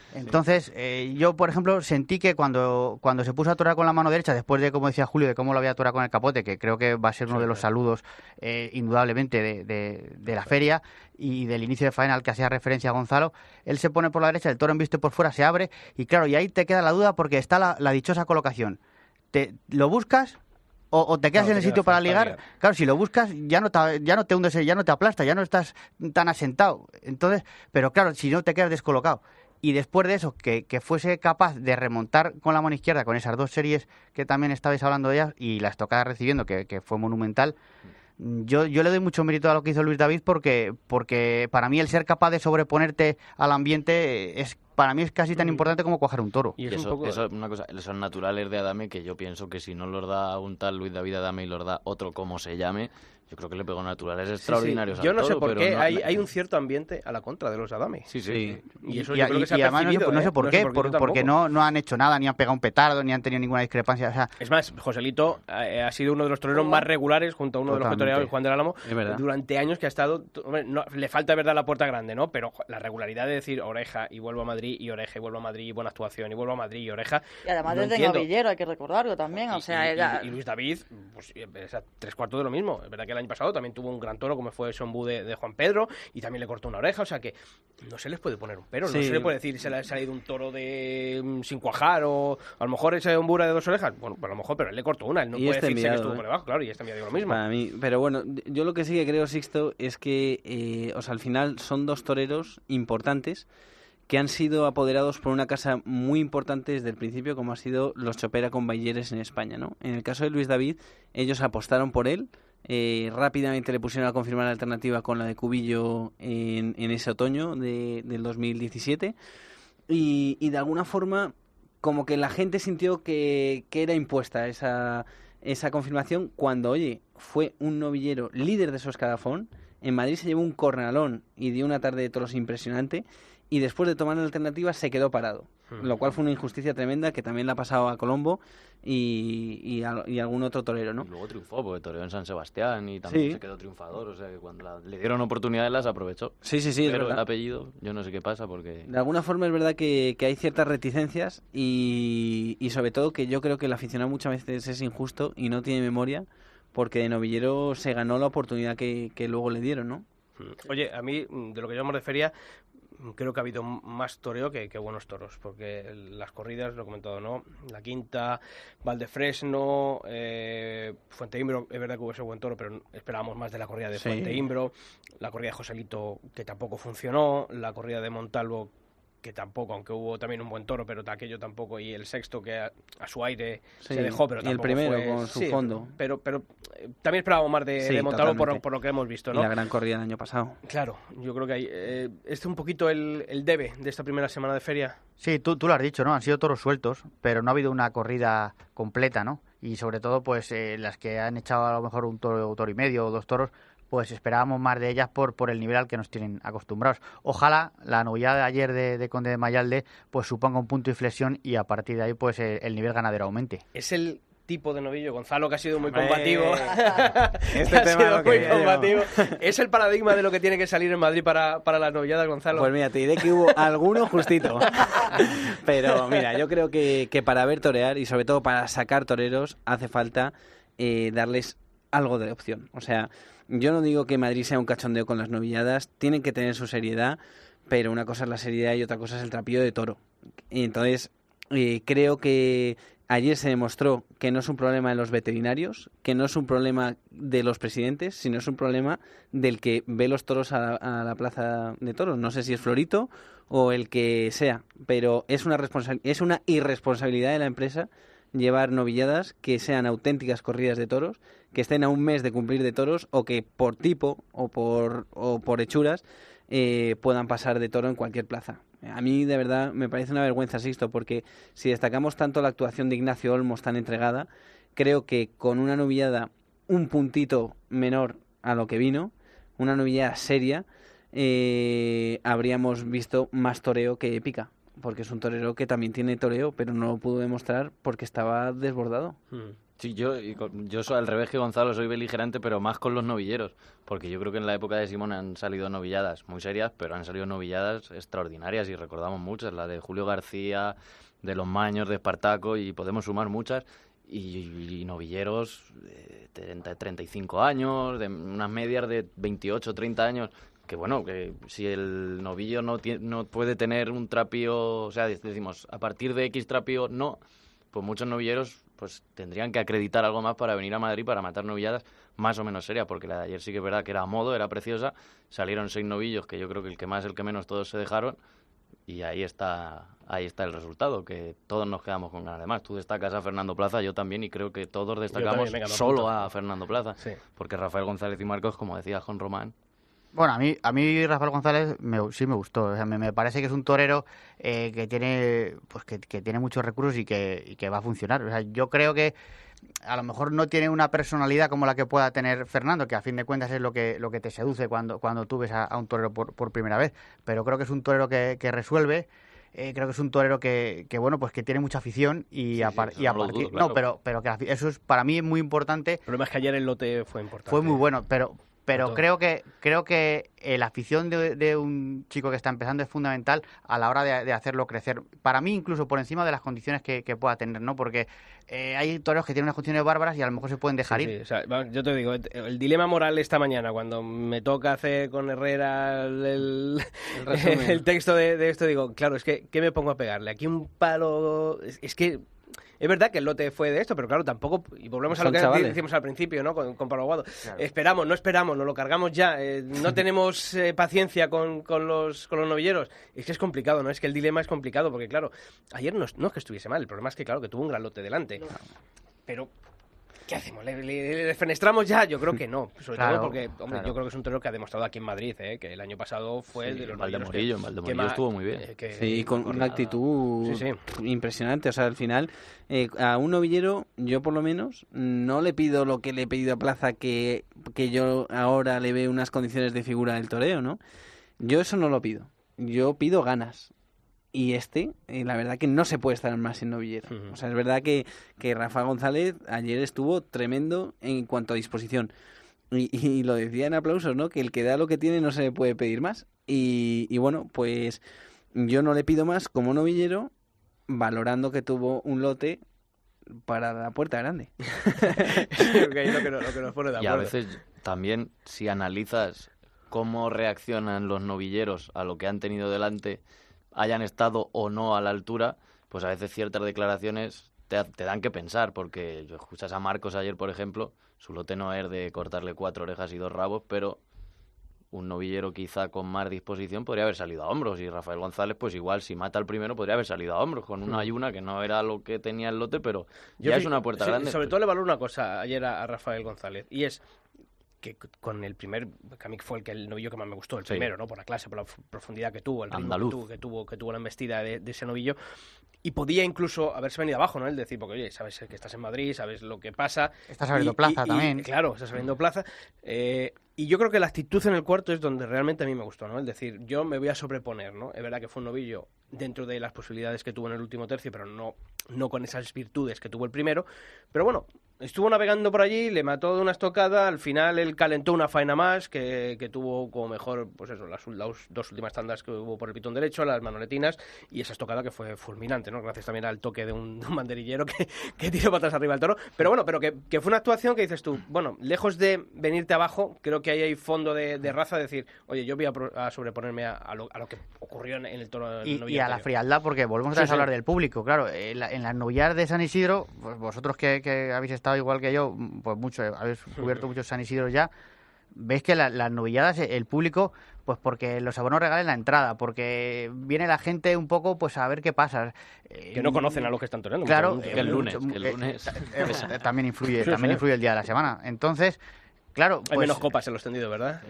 Entonces, eh, yo, por ejemplo, sentí que cuando, cuando se puso a torear con la mano derecha, después de, como decía Julio, de cómo lo había toreado con el capote, que creo que va a ser uno de los saludos, eh, indudablemente, de, de, de la feria y del inicio de faena al que hacía referencia Gonzalo, él se pone por la derecha, el toro embiste por fuera, se abre, y claro, y ahí te queda la duda porque está la, la dichosa colocación. Te, ¿Lo buscas? O, o te quedas no, en el te sitio quedas para para ligar. ligar. Claro, si lo buscas ya no te, ya no te hundes, ya no te aplastas, ya no estás tan asentado. Entonces, pero claro, si no te quedas descolocado. Y después de eso, que, que fuese capaz de remontar con la mano izquierda, con esas dos series que también estabais hablando de ellas, y la estocada recibiendo, que, que fue monumental, yo, yo le doy mucho mérito a lo que hizo Luis David, porque, porque para mí el ser capaz de sobreponerte al ambiente es para mí es casi tan importante como cuajar un toro. Y es Y eso, un poco... eso es una cosa, esos naturales de Adame que yo pienso que si no los da un tal Luis David Adame y los da otro como se llame, yo creo que le pegó naturales Sí, extraordinarios sí. Yo al no sé toro, por pero qué no- hay, no- hay un cierto ambiente a la contra de los Adame. Sí, sí. Sí. Y eso Y- yo creo que se ha y además no sé, percibido, no sé ¿eh? por No qué, sé por qué, por- yo porque tampoco. no, no han hecho nada, ni han pegado un petardo, ni han tenido ninguna discrepancia. O sea, Es más, Joselito eh, ha sido uno de los toreros ¿Cómo? más regulares junto a uno de los que Totalmente. toreaba el Juan del Álamo Es verdad. durante años que ha estado... Hombre, no, le falta, verdad, la puerta grande, ¿no? Pero jo, la regularidad de decir oreja y vuelvo a Madrid y oreja y vuelvo a Madrid y buena actuación y vuelvo a Madrid y oreja... Y además no desde entiendo. novillero, hay que recordarlo también. O Y- sea, y, era- y- y Luis David, pues es a tres cuartos de lo mismo. Es verdad que el año pasado también tuvo un gran toro como fue Sonbu de, de Juan Pedro y también le cortó una oreja, o sea que no se les puede poner un pero, no Sí. se le puede decir se le ha salido un toro de mm, sin cuajar o a lo mejor ese Ombura de dos orejas, bueno, pues a lo mejor, pero él le cortó una, él no Y puede este decirse que enviado, estuvo ¿eh? por debajo, claro, y este me digo lo mismo. Para mí, pero bueno, yo lo que sí que creo, Sixto, es que eh, o sea, al final son dos toreros importantes que han sido apoderados por una casa muy importante desde el principio, como ha sido los Chopera con Bayeres en España, ¿no? En el caso de Luis David, ellos apostaron por él, eh, rápidamente le pusieron a confirmar la alternativa con la de Cubillo en, en ese otoño de, del dos mil diecisiete y, y de alguna forma como que la gente sintió que, que era impuesta esa, esa confirmación cuando, oye, fue un novillero líder de su escalafón, en Madrid se llevó un cornalón y dio una tarde de toros impresionante y después de tomar la alternativa se quedó parado, Hmm. lo cual fue una injusticia tremenda que también le ha pasado a Colombo y, y, a, y a algún otro torero, ¿no? Y luego triunfó, porque toreó en San Sebastián y también Sí. se quedó triunfador, o sea que cuando la- le dieron oportunidades las aprovechó. Sí, sí, sí, es Pero el verdad. apellido, yo no sé qué pasa porque... De alguna forma es verdad que, que hay ciertas reticencias y, y sobre todo que yo creo que el aficionado muchas veces es injusto y no tiene memoria porque de novillero se ganó la oportunidad que, que luego le dieron, ¿no? Oye, a mí, de lo que llamamos de feria, creo que ha habido más toreo que, que buenos toros, porque las corridas, lo he comentado, ¿no? La Quinta, Valdefresno, eh, Fuenteimbro, es verdad que hubo ese buen toro, pero esperábamos más de la corrida de Sí. Fuenteimbro, la corrida de Joselito, que tampoco funcionó, la corrida de Montalvo, que tampoco, aunque hubo también un buen toro, pero aquello tampoco, y el sexto que a, a su aire Sí, se dejó, pero y el tampoco primero fue- con su sí, fondo. Pero, pero eh, también esperábamos más de, Sí, de Montalvo por, totalmente. por lo que hemos visto, Y ¿no? la gran corrida del año pasado. Claro, yo creo que hay, eh, este es un poquito el, el debe de esta primera semana de feria. sí, tú, tú lo has dicho, ¿no? Han sido toros sueltos, pero no ha habido una corrida completa, ¿no? Y sobre todo, pues, eh, las que han echado a lo mejor un toro, toro y medio o dos toros, pues esperábamos más de ellas por, por el nivel al que nos tienen acostumbrados. Ojalá la novillada de ayer de, de Conde de Mayalde pues suponga un punto de inflexión y a partir de ahí pues el, el nivel ganadero aumente. Es el tipo de novillo, Gonzalo, que ha sido muy Hombre, combativo. este Que ha tema sido lo que muy quería yo. combativo. Es el paradigma de lo que tiene que salir en Madrid para, para las novilladas, Gonzalo. Pues mira, te diré que hubo alguno justito. Pero mira, yo creo que, que para ver torear y sobre todo para sacar toreros hace falta eh, darles algo de opción. O sea, yo no digo que Madrid sea un cachondeo con las novilladas, tienen que tener su seriedad, pero una cosa es la seriedad y otra cosa es el trapillo de toro. Y entonces, eh, creo que ayer se demostró que no es un problema de los veterinarios, que no es un problema de los presidentes, sino es un problema del que ve los toros a la, a la plaza de toros. No sé si es Florito o el que sea, pero es una, responsa- es una irresponsabilidad de la empresa llevar novilladas que sean auténticas corridas de toros, que estén a un mes de cumplir de toros o que por tipo o por, o por hechuras eh, puedan pasar de toro en cualquier plaza. A mí, de verdad, me parece una vergüenza, Sixto, porque si destacamos tanto la actuación de Ignacio Olmos tan entregada, creo que con una novillada un puntito menor a lo que vino, una novillada seria, eh, habríamos visto más toreo que épica, porque es un torero que también tiene toreo, pero no lo pudo demostrar porque estaba desbordado. Mm. Sí, yo, yo soy al revés que Gonzalo, soy beligerante, pero más con los novilleros, porque yo creo que en la época de Simón han salido novilladas muy serias, pero han salido novilladas extraordinarias y recordamos muchas, la de Julio García, de los Maños, de Espartaco, y podemos sumar muchas, y, y novilleros de treinta, treinta y cinco años, de unas medias de veintiocho, treinta años, que bueno, que si el novillo no, tiene, no puede tener un trapío, o sea, decimos, a partir de X trapío no, pues muchos novilleros pues tendrían que acreditar algo más para venir a Madrid para matar novilladas más o menos serias, porque la de ayer sí que es verdad que era a modo, era preciosa, salieron seis novillos, que yo creo que el que más, el que menos, todos se dejaron, y ahí está ahí está el resultado, que todos nos quedamos con ganas. Además, tú destacas a Fernando Plaza, yo también, y creo que todos destacamos también, venga, solo punto. a Fernando Plaza, Sí. porque Rafael González y Marcos, como decía Juan Román, Bueno, a mí, a mí Rafael González me, sí me gustó. O sea, me, me parece que es un torero eh, que tiene pues que, que tiene muchos recursos y que, y que va a funcionar. O sea, yo creo que a lo mejor no tiene una personalidad como la que pueda tener Fernando, que a fin de cuentas es lo que lo que te seduce cuando, cuando tú ves a, a un torero por, por primera vez. Pero creo que es un torero que, que resuelve. Eh, creo que es un torero que, que bueno, pues que tiene mucha afición y Sí, a, sí, par- eso y a no lo partir dudo, claro. no, pero pero que la afi- eso es para mí es muy importante. El problema es que ayer el lote fue importante. Fue muy bueno, pero pero Todo. creo que creo que eh, la afición de, de un chico que está empezando es fundamental a la hora de, de hacerlo crecer. Para mí, incluso por encima de las condiciones que, que pueda tener, ¿no? Porque eh, hay toreros que tienen unas condiciones bárbaras y a lo mejor se pueden dejar Sí, ir. sí, o sea, va, yo te digo, el, el dilema moral esta mañana, cuando me toca hacer con Herrera el, el, El resumen. el texto de, de esto, digo, claro, es que, ¿qué me pongo a pegarle? Aquí un palo... Es, es que... Es verdad que el lote fue de esto, pero claro, tampoco... Y volvemos a Son lo que chavales. decimos al principio, ¿no? Con, con Pablo Aguado. Esperamos, no esperamos, nos lo cargamos ya. eh, no tenemos eh, paciencia con, con, los, con los novilleros. Es que es complicado, ¿no? Es que el dilema es complicado, porque claro, ayer no, es- no es que estuviese mal, el problema es que, claro, que tuvo un gran lote delante. Pero... ¿Qué hacemos? ¿Le, le, le defenestramos ya? Yo creo que no. Sobre Claro, todo porque, hombre, claro. yo creo que es un torero que ha demostrado aquí en Madrid, ¿eh? Que el año pasado fue el de los en Valdemorillo, novilleros en que- Valdemorillo que más- estuvo muy bien. eh, que- Sí, con una jornada. actitud Sí, sí. impresionante. O sea, al final, eh, a un novillero, yo por lo menos, no le pido lo que le he pedido a Plaza, que, que yo ahora le veo unas condiciones de figura del toreo, ¿no? Yo eso no lo pido. Yo pido ganas. Y este, eh, la verdad que no se puede estar más en novillero. Ujú. O sea, es verdad que, que Rafa González ayer estuvo tremendo en cuanto a disposición. Y, y lo decía en aplausos, ¿no? Que el que da lo que tiene no se le puede pedir más. Y, y bueno, pues yo no le pido más como novillero, valorando que tuvo un lote para la puerta grande. Creo que ahí lo que, no- lo que nos pone de Y a acuerdo. veces también, si analizas cómo reaccionan los novilleros a lo que han tenido delante, hayan estado o no a la altura, pues a veces ciertas declaraciones te, te dan que pensar, porque yo escuchas a Marcos ayer, por ejemplo, su lote no es de cortarle cuatro orejas y dos rabos, pero un novillero quizá con más disposición podría haber salido a hombros, y Rafael González pues igual si mata al primero podría haber salido a hombros, con una y una que no era lo que tenía el lote, pero Yo ya fi- es una puerta sí, grande. Sobre todo le valoro una cosa ayer a, a Rafael González, y es que c- con el primer, que a mí fue el, que, el novillo que más me gustó, el Sí. primero, ¿no? Por la clase, por la f- profundidad que tuvo, el ritmo que Andaluz. tuvo, que tuvo, que tuvo la embestida de, de ese novillo, y podía incluso haberse venido abajo, ¿no? El decir, porque oye, sabes que estás en Madrid, sabes lo que pasa. Estás abriendo Y- plaza y- y- también. Claro, estás abriendo plaza. eh, y yo creo que la actitud en el cuarto es donde realmente a mí me gustó, ¿no? El decir, yo me voy a sobreponer, ¿no? Es verdad que fue un novillo dentro de las posibilidades que tuvo en el último tercio, pero no, no con esas virtudes que tuvo el primero. Pero bueno, estuvo navegando por allí, le mató de una estocada, al final él calentó una faena más, que, que tuvo como mejor, pues eso, las, las dos últimas tandas que hubo por el pitón derecho, las manoletinas, y esa estocada que fue fulminante, ¿no? Gracias también al toque de un, de un banderillero que, que tiró patas arriba al toro. Pero bueno, pero que, que fue una actuación que dices tú, bueno, lejos de venirte abajo, creo que ahí hay fondo de, de raza, de decir, oye, yo voy a, pro- a sobreponerme a, a, lo, a lo que ocurrió en, en el toro. en el Y, novillo y a la anterior. frialdad, porque volvemos Sí, a sí. hablar del público, claro. En, la- en las novilladas de San Isidro, pues vosotros que, que habéis estado igual que yo, pues mucho, habéis cubierto muchos San Isidros ya, veis que la- las novilladas, el público, pues porque los abonos regalen la entrada, porque viene la gente un poco pues a ver qué pasa. Eh, Que no conocen a los que están toreando. Claro, mucho, eh, que el mucho. lunes, que el eh, lunes eh, eh, también influye, Sí, también sí. influye el día de la semana. Entonces, claro, Hay pues, menos copas en los tendidos, ¿verdad?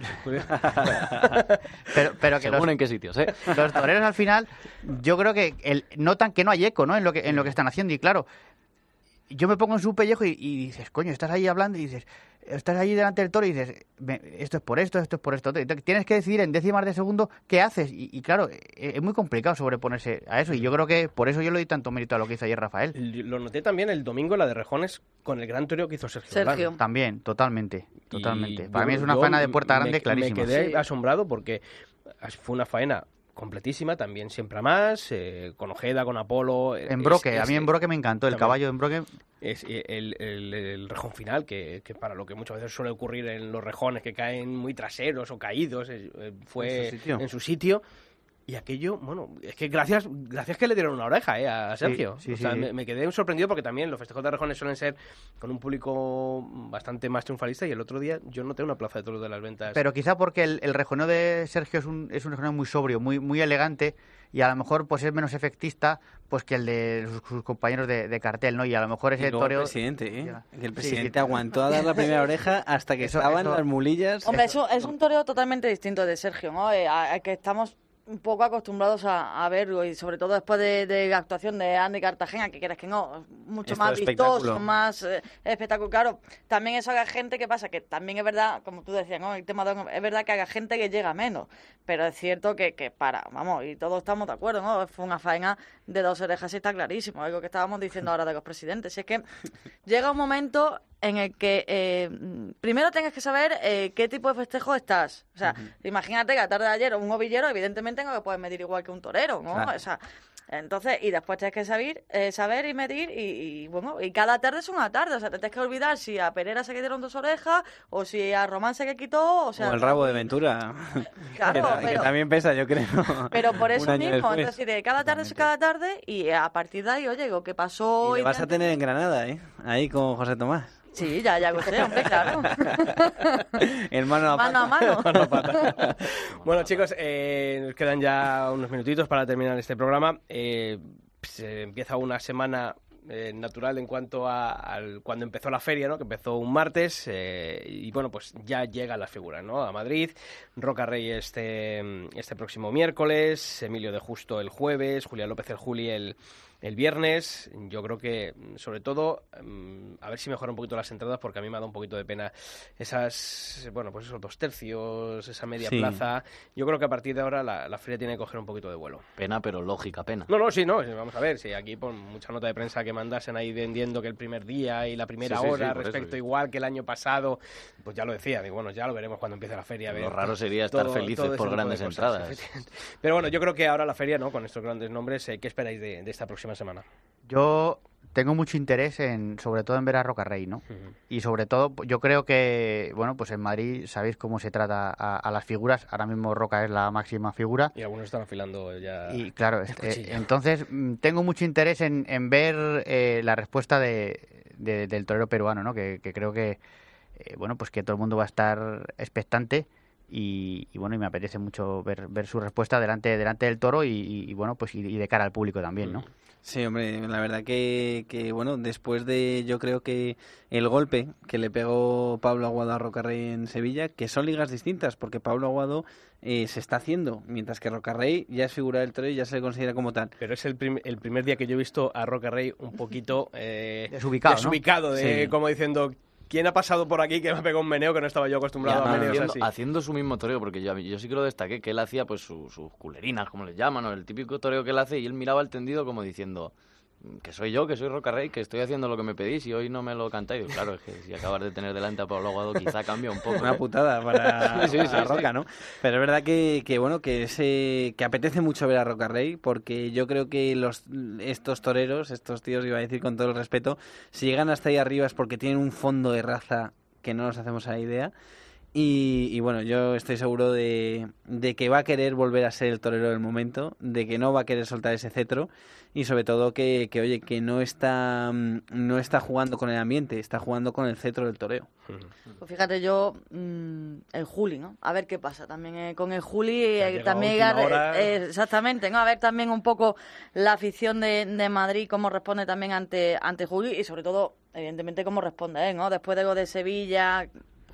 pero, pero que los, Según en qué sitios, ¿eh? los toreros al final, yo creo que el, notan que no hay eco, ¿no? En lo que en lo que están haciendo y claro, yo me pongo en su pellejo y, y dices, coño, estás ahí hablando y dices, estás allí delante del toro y dices, esto es por esto, esto es por esto. Tienes que decidir en décimas de segundo qué haces. Y, y claro, es muy complicado sobreponerse a eso. Y yo creo que por eso yo le doy tanto mérito a lo que hizo ayer Rafael. Lo noté también el domingo en la de Rejones con el gran toreo que hizo Sergio. Sergio. Galán. También, totalmente, totalmente. Y Para yo, mí es una yo faena de puerta me, grande clarísima. Me quedé Sí. asombrado porque fue una faena completísima, también siempre a más, eh, con Ojeda, con Apolo. En es- Broque, es- a mí en Broque me encantó, el también. caballo en Broque. Es el, el, el rejón final, que, que para lo que muchas veces suele ocurrir en los rejones, que caen muy traseros o caídos, eh, fue En su sitio. en su sitio. Y aquello, bueno, es que gracias gracias que le dieron una oreja eh, a Sergio. Sí, sí, o sea, sí. me, me quedé sorprendido porque también los festejos de rejones suelen ser con un público bastante más triunfalista y el otro día yo noté una plaza de toros de las ventas. Pero quizá porque el, el rejoneo de Sergio es un, es un rejoneo muy sobrio, muy, muy elegante, y a lo mejor pues es menos efectista pues que el de sus, sus compañeros de, de cartel, ¿no? Y a lo mejor Y ese luego el toreo... presidente, ¿eh? Llega. Que el Sí, presidente sí. aguantó a dar la primera oreja hasta que Eso- estaban eso- las mulillas. Hombre, es un, es un toreo totalmente distinto de Sergio, ¿no? Eh, a, a que estamos un poco acostumbrados a, a verlo y sobre todo después de, de la actuación de Andy Cartagena, que quieras que no, mucho Esto más es espectáculo. vistoso, más eh, espectáculo. Claro, también eso haga gente que pasa, que también es verdad, como tú decías, ¿no? El tema de, es verdad que haga gente que llega menos, pero es cierto que, que para, vamos, y todos estamos de acuerdo, ¿no? Fue una faena de dos orejas y está clarísimo, algo que estábamos diciendo ahora de los presidentes. Y es que llega un momento en el que eh, primero tienes que saber eh, qué tipo de festejo estás. O sea, imagínate que la tarde de ayer un ovillero evidentemente no lo puedes medir igual que un torero, ¿no? Claro. O sea, entonces, y después tienes que saber, eh, saber y medir y, y, bueno, y cada tarde es una tarde. O sea, te tienes que olvidar si a Pereira se quedaron dos orejas o si a Román se le quitó, o sea... O el rabo de Ventura. Claro, que, ta- que pero- también pesa, yo creo. Pero por Un eso año mismo, después. entonces, de cada tarde es cada tarde y a partir de ahí, oye, lo que pasó... Y lo vas a dentro- tener en Granada, ¿eh? Ahí con José Tomás. Sí, ya, ya lo sé, hombre, claro. Hermano a Mano a mano. Bueno, chicos, eh, nos quedan ya unos minutitos para terminar este programa. Eh, se empieza una semana eh, natural en cuanto a al, cuando empezó la feria, ¿no? Que empezó un martes eh, y bueno, pues ya llegan las figuras, ¿no? A Madrid, Roca Rey este, este próximo miércoles, Emilio de Justo el jueves, Julián López el Juli el El viernes. Yo creo que, sobre todo, um, a ver si mejoran un poquito las entradas, porque a mí me ha dado un poquito de pena esas, bueno, pues esos dos tercios, esa media Sí. plaza. Yo creo que a partir de ahora la, la feria tiene que coger un poquito de vuelo. Pena, pero lógica pena. No, no, sí, no, vamos a ver, si aquí por mucha nota de prensa que mandasen ahí vendiendo que el primer día y la primera Sí, sí, sí, hora por eso, respecto sí. igual que el año pasado, pues ya lo decía, digo, bueno, ya lo veremos cuando empiece la feria. a ver Lo raro sería estar todo- felices todo ese por tipo de grandes cosas, entradas. efectivamente. Pero bueno, yo creo que ahora la feria, ¿no? Con estos grandes nombres, eh, ¿qué esperáis de, de esta próxima semana? Yo tengo mucho interés en, sobre todo en ver a Roca Rey, ¿no? Ujú. Y sobre todo, yo creo que, bueno, pues en Madrid sabéis cómo se trata a, a las figuras. Ahora mismo Roca es la máxima figura. Y algunos están afilando ya. Y claro, el este, cuchillo. entonces mm, tengo mucho interés en, en ver eh, la respuesta de, de- del torero peruano, ¿no? Que, que creo que, eh, bueno, pues que todo el mundo va a estar expectante. Y, y bueno, y me apetece mucho ver, ver su respuesta delante, delante del toro y, y, y, bueno, pues y, y de cara al público también, ¿no? Sí, hombre, la verdad que, que, bueno, después de, yo creo que el golpe que le pegó Pablo Aguado a Rocarrey en Sevilla, que son ligas distintas, porque Pablo Aguado eh, se está haciendo, mientras que Rocarrey ya es figura del toro y ya se le considera como tal. Pero es el, prim- el primer día que yo he visto a Roca Rey un poquito eh, Desubicado, ¿no? desubicado, de, Sí. como diciendo, ¿quién ha pasado por aquí que me ha pegado un meneo que no estaba yo Y acostumbrado a además meneos haciendo, así? haciendo su mismo toreo, porque yo, yo sí que lo destaqué, que él hacía pues su- sus culerinas, como les llaman, o el típico toreo que él hace, y él miraba al tendido como diciendo que soy yo, que soy Roca Rey, que estoy haciendo lo que me pedís y hoy no me lo cantáis. Y claro, es que si acabas de tener delante a Pablo Aguado quizá cambia un poco. Una putada para, Sí, sí, para sí, Roca, sí. ¿no? Pero es verdad que, que bueno, que ese, que apetece mucho ver a Rocarrey, porque yo creo que los estos toreros, estos tíos, iba a decir con todo el respeto, si llegan hasta ahí arriba es porque tienen un fondo de raza que no nos hacemos a la idea. Y, y bueno, yo estoy seguro de, de que va a querer volver a ser el torero del momento, de que no va a querer soltar ese cetro y sobre todo que, que oye, que no está, mm, no está jugando con el ambiente, está jugando con el cetro del toreo. Pues fíjate, yo, mmm, el Juli, ¿no? A ver qué pasa también eh, con el Juli. Que ha eh, llegado también, a última hora. eh, exactamente, ¿no? A ver también un poco la afición de, de Madrid, cómo responde también ante, ante Juli y sobre todo, evidentemente, cómo responde él, ¿no? Después de lo de Sevilla,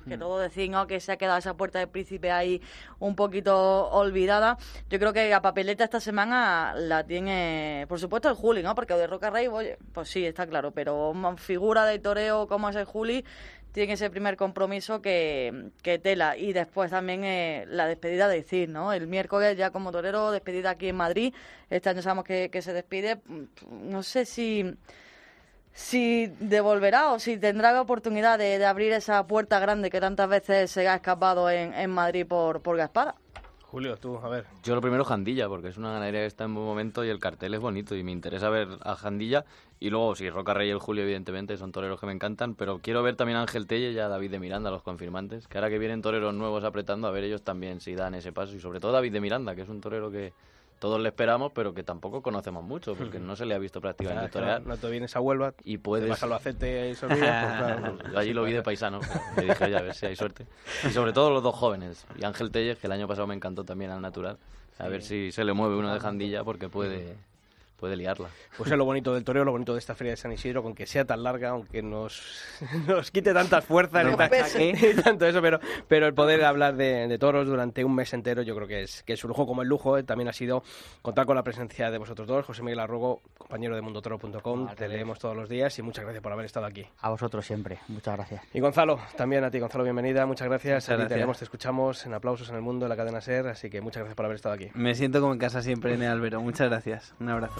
que todos decís, ¿no?, que se ha quedado esa Puerta del Príncipe ahí un poquito olvidada. Yo creo que la papeleta esta semana la tiene, por supuesto, el Juli, ¿no? Porque de Roca Rey, oye, pues sí, está claro, pero figura de toreo como es el Juli, tiene ese primer compromiso que, que tela. Y después también eh, la despedida de Cid, ¿no? El miércoles ya como torero, despedida aquí en Madrid. Este año sabemos que, que se despide. No sé si... si devolverá o si tendrá la oportunidad de, de abrir esa puerta grande que tantas veces se ha escapado en, en Madrid por, por Gaspada. Julio, tú, a ver. Yo lo primero Jandilla, porque es una ganadería que está en buen momento y el cartel es bonito y me interesa ver a Jandilla. Y luego, sí, Roca Rey y el Julio, evidentemente, son toreros que me encantan, pero quiero ver también a Ángel Telle y a David de Miranda, los confirmantes, que ahora que vienen toreros nuevos apretando, a ver ellos también si dan ese paso. Y sobre todo David de Miranda, que es un torero que todos le esperamos, pero que tampoco conocemos mucho, porque no se le ha visto prácticamente Claro, torear. claro, no te vienes a Huelva y puedes... te vas a Albacete y esos días, pues claro. Yo allí lo vi de paisano, me dije, oye, a ver si hay suerte. Y sobre todo los dos jóvenes, y Ángel Telles, que el año pasado me encantó también al natural, a sí. ver si se le mueve uno de Jandilla, porque puede... puede liarla. Pues es lo bonito del toreo, lo bonito de esta feria de San Isidro, con que sea tan larga, aunque nos, nos quite tantas fuerzas no, y, tan, y tanto eso, pero, pero el poder hablar de, de toros durante un mes entero yo creo que es, que es un lujo, como el lujo eh, también ha sido contar con la presencia de vosotros dos. José Miguel Arrugo, compañero de mundo toro punto com, te leemos todos los días y muchas gracias por haber estado aquí. A vosotros siempre, muchas gracias. Y Gonzalo, también a ti, Gonzalo, bienvenida, muchas gracias. Muchas a ti gracias. te leemos, te escuchamos en Aplausos en el Mundo, en la cadena SER, así que muchas gracias por haber estado aquí. Me siento como en casa siempre en el albero, muchas gracias, un abrazo.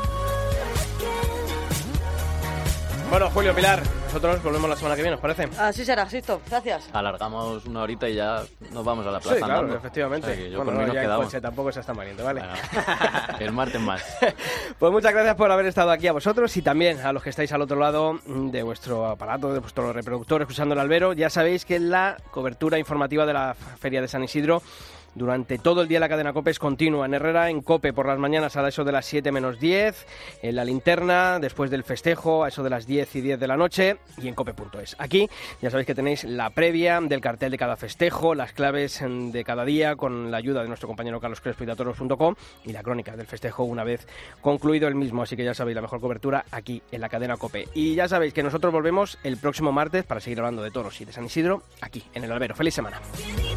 Bueno, Julio, Pilar, nosotros volvemos la semana que viene, ¿os parece? Así será, Sisto, gracias. Alargamos una horita y ya nos vamos a la plaza Sí, claro, andando. efectivamente. O sea, que yo bueno, por mí no, nos ya en quedamos. coche tampoco se está valiente, ¿vale? Bueno, el martes más. Pues muchas gracias por haber estado aquí a vosotros y también a los que estáis al otro lado de vuestro aparato, de vuestro reproductor, escuchando el albero. Ya sabéis que la cobertura informativa de la Feria de San Isidro durante todo el día la cadena COPE es continua. En Herrera, en COPE por las mañanas a eso de las siete menos diez, en la linterna después del festejo a eso de las diez y diez de la noche y en cope punto es. Aquí ya sabéis que tenéis la previa del cartel de cada festejo, las claves de cada día con la ayuda de nuestro compañero Carlos Crespo y de toros punto com y la crónica del festejo una vez concluido el mismo. Así que ya sabéis, la mejor cobertura aquí en la cadena COPE. Y ya sabéis que nosotros volvemos el próximo martes para seguir hablando de toros y de San Isidro aquí en el albero. ¡Feliz semana!